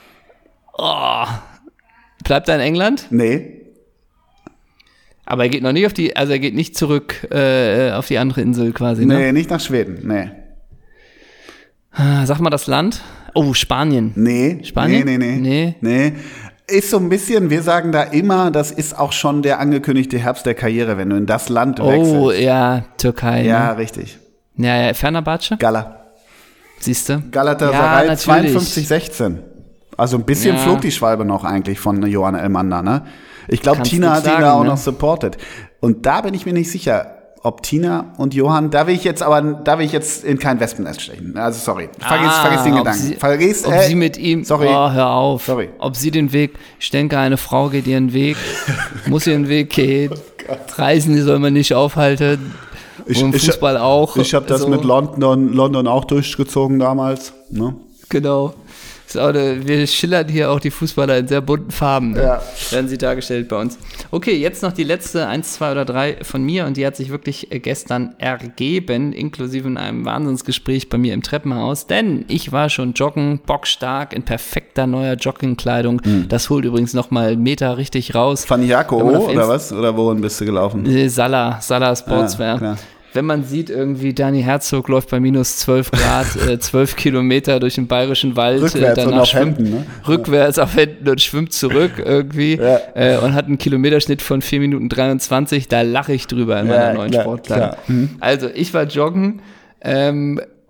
Oh. Bleibt er in England? Nee. Aber er geht noch nicht er geht nicht zurück auf die andere Insel quasi, ne? Nee, nicht nach Schweden, nee. Sag mal das Land. Oh, Spanien. Nee. Spanien? Nee. Ist so ein bisschen, wir sagen da immer, das ist auch schon der angekündigte Herbst der Karriere, wenn du in das Land wechselst. Oh, ja, Türkei. Ja, ne? Richtig. Ja, Fenerbahce? Gala. Siehst du? Galatasaray 52-16. Also ein bisschen flog die Schwalbe noch eigentlich von Johann Almander, ne? Ich glaube, Tina hat ihn da auch noch supportet. Und da bin ich mir nicht sicher, ob Tina und Johann, da will ich jetzt in kein Wespennest stechen. Also sorry, vergiss den Gedanken. Ob sie mit ihm, sorry. Oh, hör auf. Sorry. Ob sie den Weg, ich denke, eine Frau geht ihren Weg, muss ihren Weg gehen. Reisen, die soll man nicht aufhalten. Und Fußball auch. Ich habe das mit London auch durchgezogen damals. Ne? Genau. Wir schillern hier auch die Fußballer in sehr bunten Farben. Ne? Ja. Werden sie dargestellt bei uns. Okay, jetzt noch die letzte 1, 2 oder 3 von mir und die hat sich wirklich gestern ergeben, inklusive in einem Wahnsinnsgespräch bei mir im Treppenhaus, denn ich war schon joggen, bockstark, in perfekter neuer Joggingkleidung. Das holt übrigens nochmal Meter richtig raus. Faniaco oder was? Oder wohin bist du gelaufen? Salah Sportswear. Klar. Wenn man sieht, irgendwie Dani Herzog läuft bei minus 12 Grad 12 Kilometer durch den bayerischen Wald. Rückwärts danach und auf Händen, ne? Rückwärts auf Händen und schwimmt zurück irgendwie und hat einen Kilometerschnitt von 4 Minuten 23. Da lache ich drüber in meiner neuen Sportkleidung. Also ich war joggen,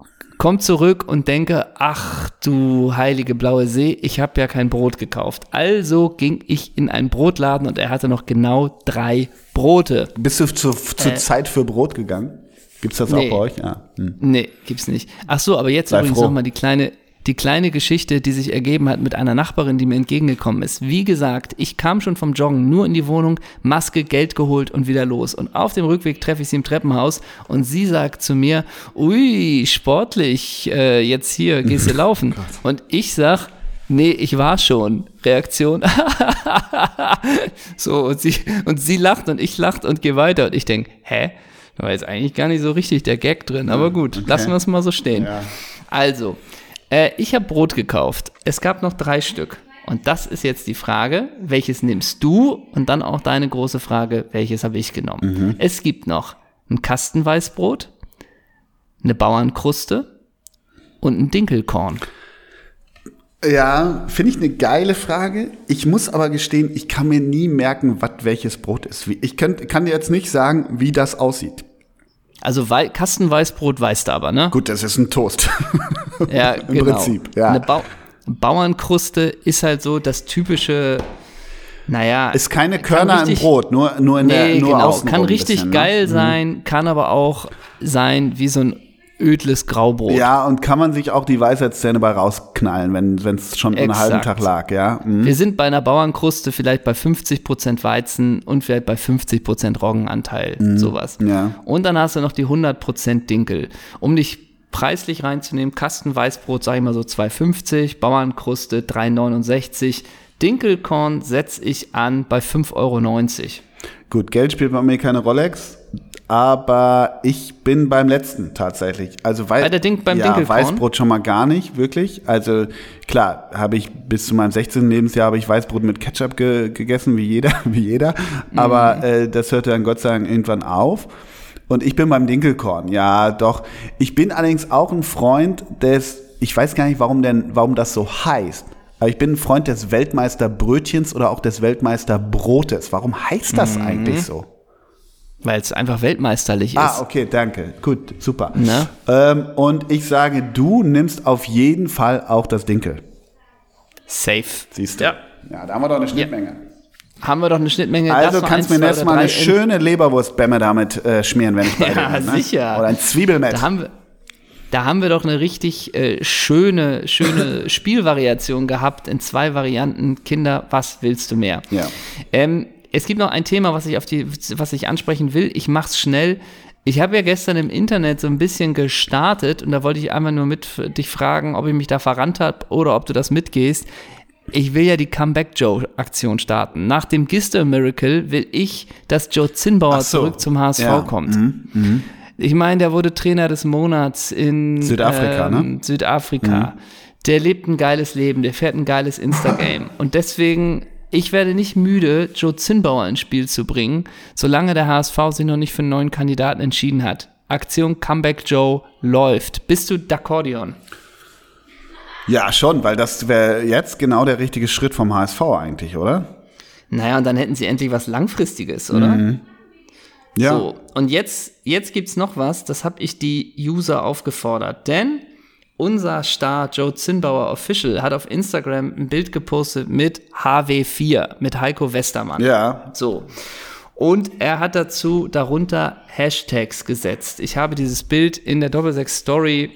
komm zurück und denke, ach du heilige blaue See, ich habe ja kein Brot gekauft. Also ging ich in einen Brotladen und er hatte noch genau 3 Brote. Bist du zur Zeit für Brot gegangen? Gibt's das auch bei euch? Ja. Nee, gibt's nicht. Ach so, aber jetzt übrigens nochmal die kleine Geschichte, die sich ergeben hat mit einer Nachbarin, die mir entgegengekommen ist. Wie gesagt, ich kam schon vom Joggen nur in die Wohnung, Maske, Geld geholt und wieder los. Und auf dem Rückweg treffe ich sie im Treppenhaus und sie sagt zu mir, ui, sportlich, jetzt hier, gehst du laufen? Und ich sag, nee, ich war schon. Reaktion. So, und sie lacht und ich lacht und gehe weiter. Und ich denke, hä? Da war jetzt eigentlich gar nicht so richtig der Gag drin. Aber gut, okay. Lassen wir es mal so stehen. Ja. Also, ich habe Brot gekauft. Es gab noch 3 Stück. Und das ist jetzt die Frage, welches nimmst du? Und dann auch deine große Frage, welches habe ich genommen? Es gibt noch ein Kastenweißbrot, eine Bauernkruste und ein Dinkelkorn. Ja, finde ich eine geile Frage. Ich muss aber gestehen, ich kann mir nie merken, was welches Brot ist. Ich kann dir jetzt nicht sagen, wie das aussieht. Also Kastenweißbrot weißt du aber, ne? Gut, das ist ein Toast. Ja, Im genau. Prinzip, ja. Eine Bauernkruste ist halt so das typische, naja. Ist keine Körner im Brot, nur in der genau, außen. Kann richtig bisschen, geil sein, kann aber auch sein wie so ein ödles Graubrot. Ja, und kann man sich auch die Weisheitszähne bei rausknallen, wenn es schon einen halben Tag lag, ja. Wir sind bei einer Bauernkruste vielleicht bei 50% Weizen und vielleicht bei 50% Roggenanteil, sowas. Ja. Und dann hast du noch die 100% Dinkel. Um dich preislich reinzunehmen, Kastenweißbrot, sag ich mal so 2,50, Bauernkruste 3,69, Dinkelkorn setze ich an bei 5,90 €. Gut, Geld spielt bei mir keine Rolex. Aber ich bin beim letzten tatsächlich. Also beim Dinkelkorn? Weißbrot schon mal gar nicht, wirklich. Also klar, habe ich bis zu meinem 16. Lebensjahr habe ich Weißbrot mit Ketchup gegessen, wie jeder. Aber das hörte dann Gott sei Dank irgendwann auf. Und ich bin beim Dinkelkorn. Ja, doch. Ich bin allerdings auch ein Freund ich weiß gar nicht, warum das so heißt. Aber ich bin ein Freund des Weltmeisterbrötchens oder auch des Weltmeisterbrotes. Warum heißt das eigentlich so? Weil es einfach weltmeisterlich ist. Okay, danke. Gut, super. Ne? Und ich sage, du nimmst auf jeden Fall auch das Dinkel. Safe. Siehst du? Ja, da haben wir doch eine Schnittmenge. Ja. Haben wir doch eine Schnittmenge. Also kannst du mir nächstes Mal eine schöne Leberwurstbämme damit schmieren, wenn ich bei dir bin. Ja, sicher. Oder ein Zwiebelmett. Da haben wir doch eine richtig schöne Spielvariation gehabt in 2 Varianten. Kinder, was willst du mehr? Ja. Es gibt noch ein Thema, was ich ansprechen will. Ich mach's schnell. Ich habe ja gestern im Internet so ein bisschen gestartet und da wollte ich einmal nur dich fragen, ob ich mich da verrannt habe oder ob du das mitgehst. Ich will ja die Comeback-Joe-Aktion starten. Nach dem Gister-Miracle will ich, dass Joe Zinnbauer zurück zum HSV kommt. Ich meine, der wurde Trainer des Monats in Südafrika, Südafrika. Der lebt ein geiles Leben, der fährt ein geiles Instagram. Und deswegen, ich werde nicht müde, Joe Zinnbauer ins Spiel zu bringen, solange der HSV sich noch nicht für einen neuen Kandidaten entschieden hat. Aktion Comeback Joe läuft. Bist du d'accordion? Ja, schon, weil das wäre jetzt genau der richtige Schritt vom HSV eigentlich, oder? Naja, und dann hätten sie endlich was Langfristiges, oder? Ja. So, und jetzt gibt's noch was, das habe ich die User aufgefordert, denn unser Star Joe Zinnbauer Official hat auf Instagram ein Bild gepostet mit HW4, mit Heiko Westermann. Ja. So. Und er hat darunter Hashtags gesetzt. Ich habe dieses Bild in der Doppelsechs-Story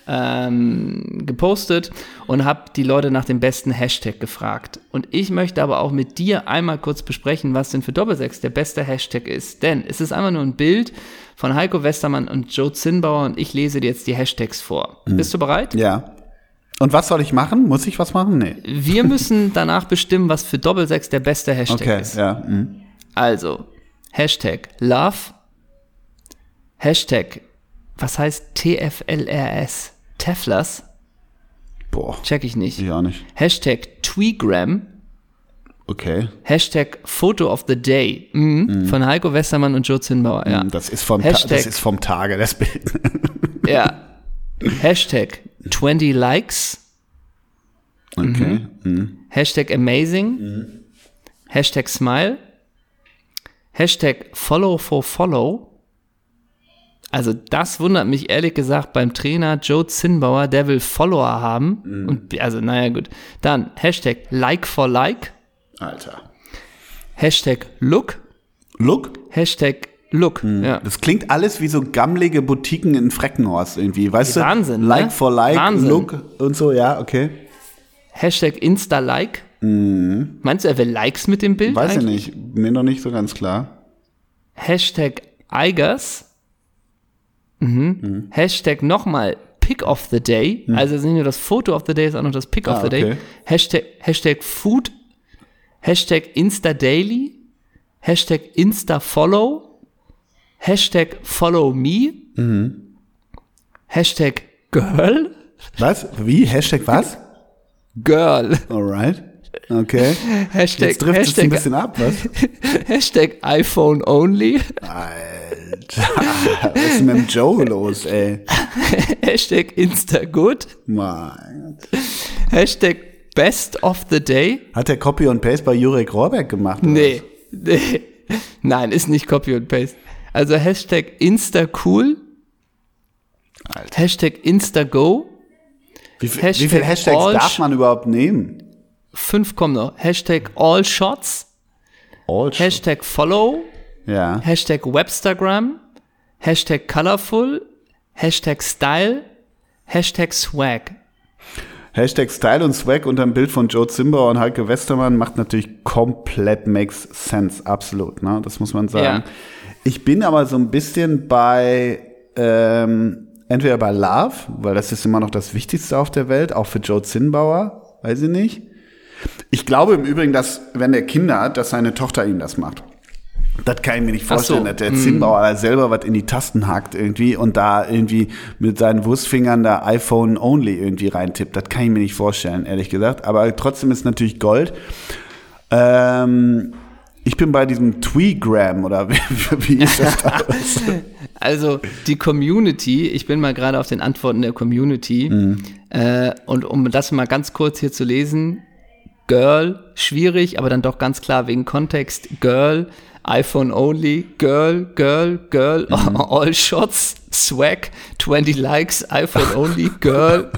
gepostet und habe die Leute nach dem besten Hashtag gefragt. Und ich möchte aber auch mit dir einmal kurz besprechen, was denn für Doppelsechs der beste Hashtag ist. Denn es ist einfach nur ein Bild von Heiko Westermann und Joe Zinnbauer und ich lese dir jetzt die Hashtags vor. Bist du bereit? Ja. Und was soll ich machen? Muss ich was machen? Nee. Wir müssen danach bestimmen, was für Doppelsechs der beste Hashtag ist. Ja. Also, Hashtag Love, Hashtag, was heißt TFLRS? Teflers? Boah. Check ich nicht. Ja, nicht. Hashtag Tweegram. Okay. Hashtag Photo of the Day. Von Heiko Westermann und Joe Zinnbauer. Ja. Das ist vom Tage, das Bild. Ja. Hashtag 20 Likes. Okay. Hashtag Amazing. Hashtag Smile. Hashtag Follow for Follow. Also das wundert mich ehrlich gesagt beim Trainer Joe Zinnbauer, der will Follower haben. Und also, naja, gut. Dann Hashtag Like for Like. Alter. Hashtag Look. Look? Hashtag Look. Ja. Das klingt alles wie so gammelige Boutiquen in Freckenhorst irgendwie. Weißt du? Wahnsinn, Like ne? for Like, Wahnsinn. Look und so, ja, okay. Hashtag Insta-Like. Meinst du, er will Likes mit dem Bild? Weiß eigentlich? ich nicht. Mir noch nicht so ganz klar. Hashtag Eigers. Hashtag nochmal Pick of the Day. Also nicht nur das Foto of the Day, sondern auch noch das Pick of the Day. Hashtag Food. Hashtag Insta-Daily. Hashtag Insta-Follow. Hashtag Follow Me. Hashtag Girl. Was? Wie? Hashtag was? Girl. Alright. Okay. Hashtag, Jetzt trifft es Hashtag, ein bisschen ab, was? Hashtag iPhone Only. Alter. Was ist denn mit dem Joe los, ey? Hashtag Instagood. Mein Gott. Hashtag Best of the Day. Hat der Copy und Paste bei Jurek Rohrbeck gemacht? Oder Nee. Nein, ist nicht Copy und Paste. Also Hashtag Instacool. Alter. Hashtag Instago. Wie viele Hashtags darf man überhaupt nehmen? 5 kommen noch. Hashtag All Shots. Hashtag Follow. Ja. Hashtag Webstagram. Hashtag Colorful. Hashtag Style. Hashtag Swag. Hashtag Style und Swag unter dem Bild von Joe Zinnbauer und Heike Westermann macht natürlich komplett makes sense, absolut, ne? Das muss man sagen. Ja. Ich bin aber so ein bisschen bei entweder bei Love, weil das ist immer noch das Wichtigste auf der Welt, auch für Joe Zinnbauer, weiß ich nicht. Ich glaube im Übrigen, dass, wenn der Kinder hat, dass seine Tochter ihm das macht. Das kann ich mir nicht vorstellen, dass der Zinnbauer da selber was in die Tasten hackt irgendwie und da irgendwie mit seinen Wurstfingern da iPhone Only irgendwie reintippt. Das kann ich mir nicht vorstellen, ehrlich gesagt. Aber trotzdem ist natürlich Gold. Ich bin bei diesem Tweegram oder wie ist das da? Also die Community, ich bin mal gerade auf den Antworten der Community und um das mal ganz kurz hier zu lesen, Girl, schwierig, aber dann doch ganz klar wegen Kontext, Girl, iPhone only, Girl, all shots, Swag, 20 likes, iPhone only, Girl,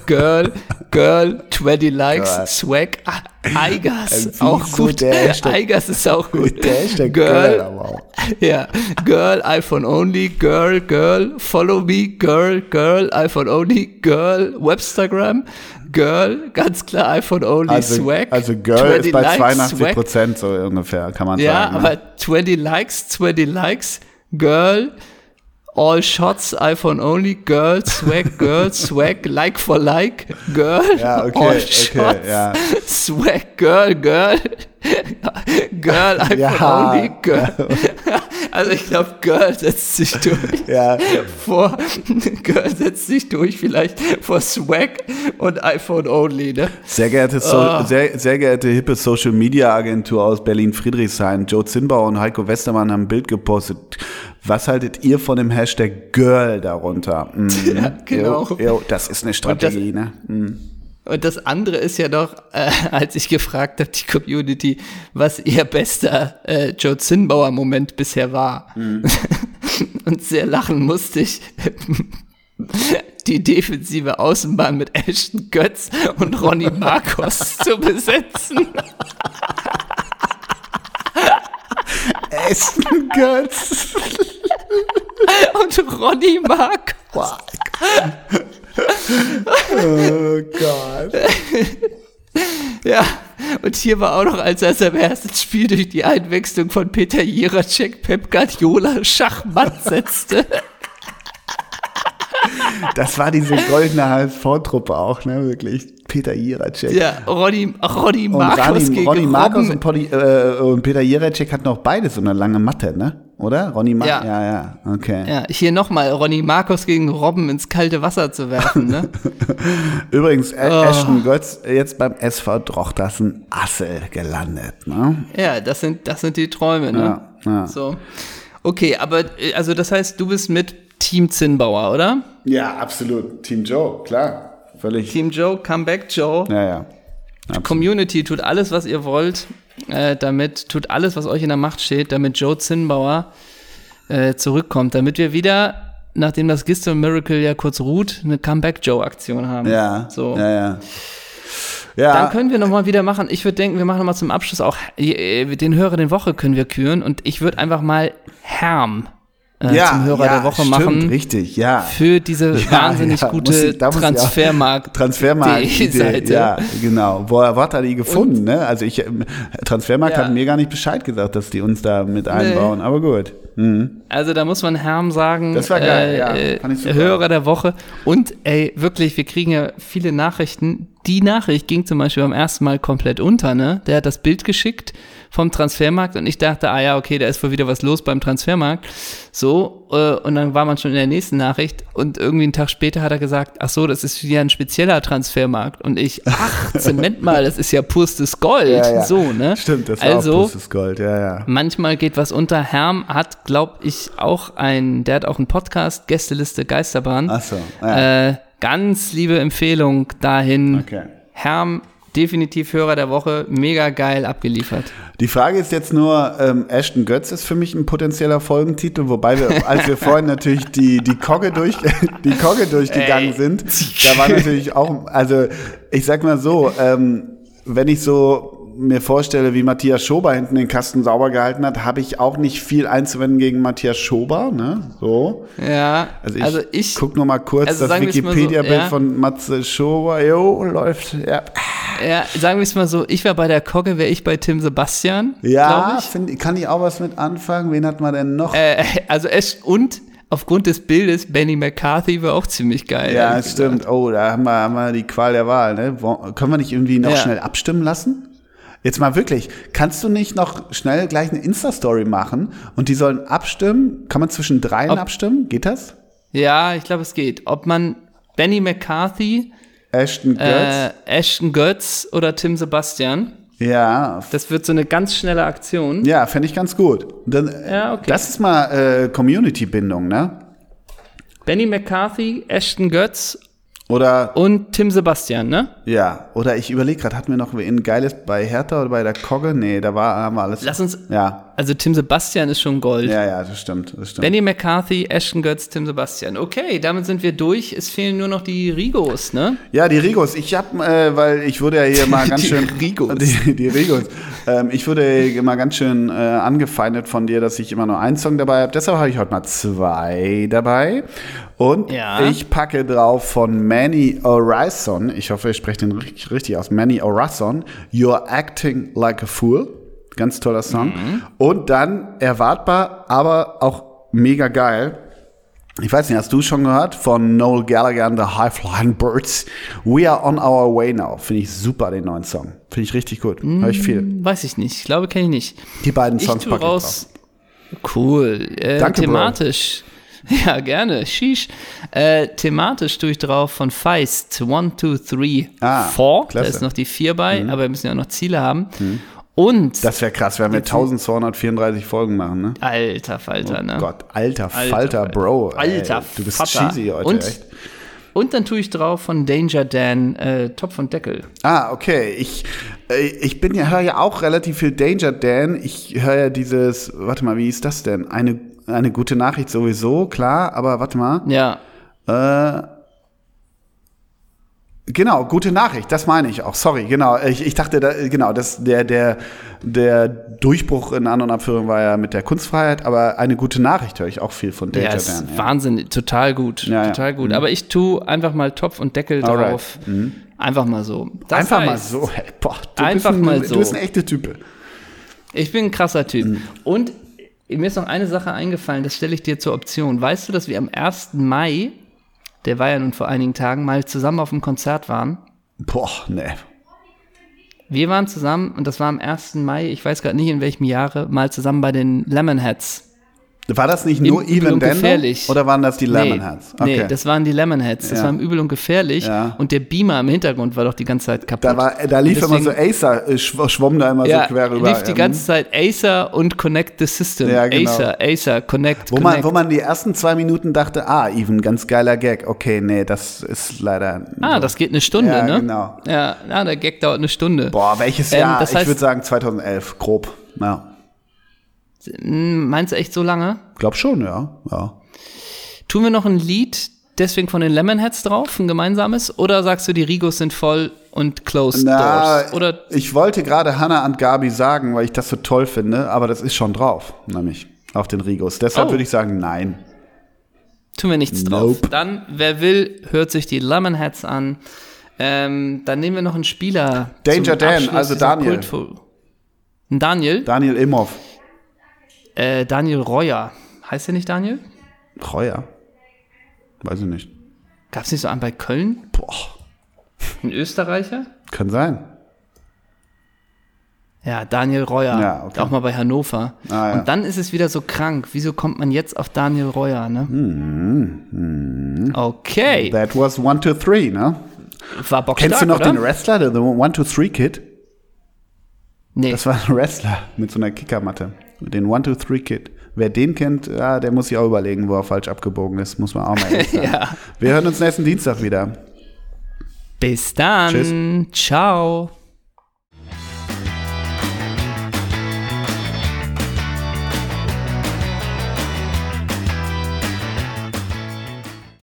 20 likes, Girl. Swag, Eigers, Wieso auch gut, der Hashtag- Eigers ist auch gut, Der Hashtag Girl, aber auch. ja, Girl, iPhone only, Girl, follow me, Girl, iPhone only, Girl, Webstagram, Girl, ganz klar iPhone only, Swag. Also Girl ist bei 82%, Swag. so ungefähr, kann man Ja, sagen. aber 20 likes, Girl, all shots, iPhone only, Girl, Swag, Like for Like, Girl, Ja, okay, all okay, shots, ja. Swag, Girl, iPhone Ja. only, Girl. Also ich glaube, Girl setzt sich durch. Ja. Girl setzt sich durch vielleicht vor Swag und iPhone only, ne? Sehr geehrte, sehr geehrte hippe Social Media Agentur aus Berlin-Friedrichshain, Joe Zinnbauer und Heiko Westermann haben ein Bild gepostet. Was haltet ihr von dem Hashtag Girl darunter? Ja, genau. Jo, das ist eine Strategie, ne? Und das andere ist ja doch, als ich gefragt habe, die Community, was ihr bester Joe Zinnbauer-Moment bisher war. Und sehr lachen musste ich. Die defensive Außenbahn mit Ashton Götz und Ronny Marcos zu besetzen. Ashton Götz. Und Ronny Marcos. Oh Gott. Ja, und hier war auch noch, als er im ersten Spiel durch die Einwechslung von Peter Jiracek Pep Guardiola Schachmatt setzte. Das war diese goldene HSV-Truppe auch, ne? Wirklich. Peter Jiracek. Ja, Ronny Und Marcos gegen Ronny Marcos Robben. und Peter Jiracek hatten auch beide so eine lange Matte, ne? Oder? Ronny Marcos. Ja, okay. Ja, hier nochmal Ronny Marcos gegen Robben ins kalte Wasser zu werfen, ne? Übrigens, Ashton Götz jetzt beim SV Drochtersen Assel gelandet, ne? Ja, das sind die Träume, ne? Ja. So. Okay, aber also das heißt, du bist mit Team Zinnbauer, oder? Ja, absolut. Team Joe, klar. Völlig. Team Joe, Comeback Joe. Ja. Absolut. Community, tut alles, was ihr wollt, tut alles, was euch in der Macht steht, damit Joe Zinnbauer zurückkommt, damit wir wieder nachdem das Gisto Miracle ja kurz ruht, eine Comeback-Joe-Aktion haben. Ja, so. ja. Dann können wir nochmal wieder machen. Ich würde denken, wir machen nochmal zum Abschluss auch den Hörer der Woche können wir küren und ich würde einfach mal Herm zum Hörer der Woche machen. Richtig, ja. Für diese wahnsinnig gute Transfermarkt-Seite. Ja, genau. Wo hat er die gefunden? Ne? Also Transfermarkt hat mir gar nicht Bescheid gesagt, dass die uns da mit einbauen. Aber gut. Mhm. Also da muss man Herm sagen, das war geil, fand ich super. Hörer der Woche. Und wirklich, wir kriegen ja viele Nachrichten. Die Nachricht ging zum Beispiel beim ersten Mal komplett unter, ne? Der hat das Bild geschickt vom Transfermarkt und ich dachte, okay, da ist wohl wieder was los beim Transfermarkt. So, und dann war man schon in der nächsten Nachricht und irgendwie einen Tag später hat er gesagt, ach so, das ist wieder ein spezieller Transfermarkt. Und ich, Moment mal, das ist ja purstes Gold. Ja. So, ne? Stimmt, das war auch purstes Gold, ja. Manchmal geht was unter. Herm hat, glaube ich, der hat auch einen Podcast, Gästeliste Geisterbahn. Ach so, ja. Ganz liebe Empfehlung dahin. Okay. Herm, definitiv Hörer der Woche, mega geil abgeliefert. Die Frage ist jetzt nur, Ashton Götz ist für mich ein potenzieller Folgentitel, wobei als wir vorhin natürlich die Kogge durchgegangen sind, da war natürlich auch, also ich sag mal so, wenn ich so mir vorstelle, wie Matthias Schober hinten den Kasten sauber gehalten hat, habe ich auch nicht viel einzuwenden gegen Matthias Schober, ne? So. Ja. Also ich guck noch mal kurz das Wikipedia-Bild von Matze Schober. Jo, läuft, ja. Ja, sagen wir es mal so, ich wäre bei der Kogge, wäre ich bei Tim Sebastian, ja, kann ich auch was mit anfangen? Wen hat man denn noch? Und aufgrund des Bildes, Benny McCarthy wäre auch ziemlich geil. Ja, stimmt. Oh, da haben wir die Qual der Wahl, ne? Können wir nicht irgendwie noch schnell abstimmen lassen? Jetzt mal wirklich, kannst du nicht noch schnell gleich eine Insta-Story machen und die sollen abstimmen? Kann man zwischen dreien abstimmen? Geht das? Ja, ich glaube, es geht. Ob man Benny McCarthy, Ashton Götz oder Tim Sebastian. Ja. Das wird so eine ganz schnelle Aktion. Ja, fände ich ganz gut. Dann, okay. Das ist mal Community-Bindung, ne? Benny McCarthy, Ashton Götz oder und Tim Sebastian, ne? Ja, oder ich überlege gerade, hatten wir noch ein geiles bei Hertha oder bei der Kogge? Nee, haben wir alles. Lass uns, also Tim Sebastian ist schon Gold. Ja, das stimmt. Benny McCarthy, Ashton Götz, Tim Sebastian. Okay, damit sind wir durch. Es fehlen nur noch die Rigos, ne? Ja, die Rigos. Ich weil ich wurde ja hier mal ganz schön... Rigos. Die Rigos. Ich wurde ja mal ganz schön angefeindet von dir, dass ich immer nur einen Song dabei habe. Deshalb habe ich heute mal 2 dabei. Und ich packe drauf von Manny Orison. Ich hoffe, ich spreche den richtig aus. Manny Orison. You're Acting Like a Fool. Ganz toller Song. Mhm. Und dann erwartbar, aber auch mega geil. Ich weiß nicht, hast du schon gehört? Von Noel Gallagher and the High Flying Birds. We Are On Our Way Now. Finde ich super, den neuen Song. Finde ich richtig gut. Hör ich viel. Weiß ich nicht. Ich glaube, kenne ich nicht. Die beiden Songs packe ich drauf. Cool. Danke, thematisch. Bro. Ja, gerne. Sheesh. Thematisch tue ich drauf von Feist. 1, 2, 3, 4. Da ist noch die 4 bei, aber wir müssen ja noch Ziele haben. Und das wäre krass, wenn wir 1234 Folgen machen, ne? Alter Falter, ne? Oh Gott, alter Falter, Bro. Alter, du bist Vater. cheesy heute, echt. Und dann tue ich drauf von Danger Dan, Topf und Deckel. Okay. Ich höre ja auch relativ viel Danger Dan. Ich höre ja dieses, warte mal, wie ist das denn? Eine gute Nachricht sowieso, klar, aber warte mal. Ja. Genau, gute Nachricht, das meine ich auch. Sorry, genau. Ich dachte, der Durchbruch in An- und Abführung war ja mit der Kunstfreiheit, aber eine gute Nachricht höre ich auch viel von Danger Dan. Ist Wahnsinn, total gut. Total gut. Aber ich tue einfach mal Topf und Deckel drauf. Einfach mal so. Mal so. Hey, boah, du bist ein echter Typ. Ich bin ein krasser Typ. Und mir ist noch eine Sache eingefallen, das stelle ich dir zur Option. Weißt du, dass wir am 1. Mai, der war ja nun vor einigen Tagen, mal zusammen auf einem Konzert waren? Boah, ne. Wir waren zusammen, und das war am 1. Mai, ich weiß gerade nicht in welchem Jahre, mal zusammen bei den Lemonheads. War das nicht nur Even Dendo? Oder waren das die Lemonheads? Nee, das waren die Lemonheads. Das war im Übel und Gefährlich. Ja. Und der Beamer im Hintergrund war doch die ganze Zeit kaputt. Da lief immer so Acer, schwamm da immer so quer rüber. Lief die ganze Zeit Acer und Connect the System. Ja, genau. Acer, Connect. Wo man die ersten 2 Minuten dachte, Even, ganz geiler Gag. Okay, nee, das ist leider... das geht eine Stunde, ja, ne? Genau. Ja, der Gag dauert eine Stunde. Boah, welches Jahr? Das heißt, ich würde sagen 2011, grob. Ja. Meinst du echt so lange? Glaub schon, ja. Tun wir noch ein Lied deswegen von den Lemonheads drauf, ein gemeinsames? Oder sagst du, die Rigos sind voll und closed doors? Oder ich wollte gerade Hannah und Gabi sagen, weil ich das so toll finde, aber das ist schon drauf, nämlich auf den Rigos. Deshalb würde ich sagen, nein. Tun wir nichts drauf. Dann, wer will, hört sich die Lemonheads an. Dann nehmen wir noch einen Spieler. Danger Dan, also Daniel. Ein Daniel? Daniel Imhoff. Daniel Reuer. Heißt der nicht Daniel? Reuer? Weiß ich nicht. Gab es nicht so einen bei Köln? Boah. Ein Österreicher? Kann sein. Ja, Daniel Reuer. Ja, okay. Auch mal bei Hannover. Ja. Und dann ist es wieder so krank. Wieso kommt man jetzt auf Daniel Reuer, ne? Okay. That was 1, 2, 3, ne? War bockstark, Kennst du noch oder? den Wrestler, the 1, 2, 3 Kid? Nee. Das war ein Wrestler mit so einer Kickermatte. Den 1, 2, 3 Kid. Wer den kennt, ja, der muss sich auch überlegen, wo er falsch abgebogen ist. Muss man auch mal ehrlich sagen. Ja. Wir hören uns nächsten Dienstag wieder. Bis dann. Tschüss. Ciao.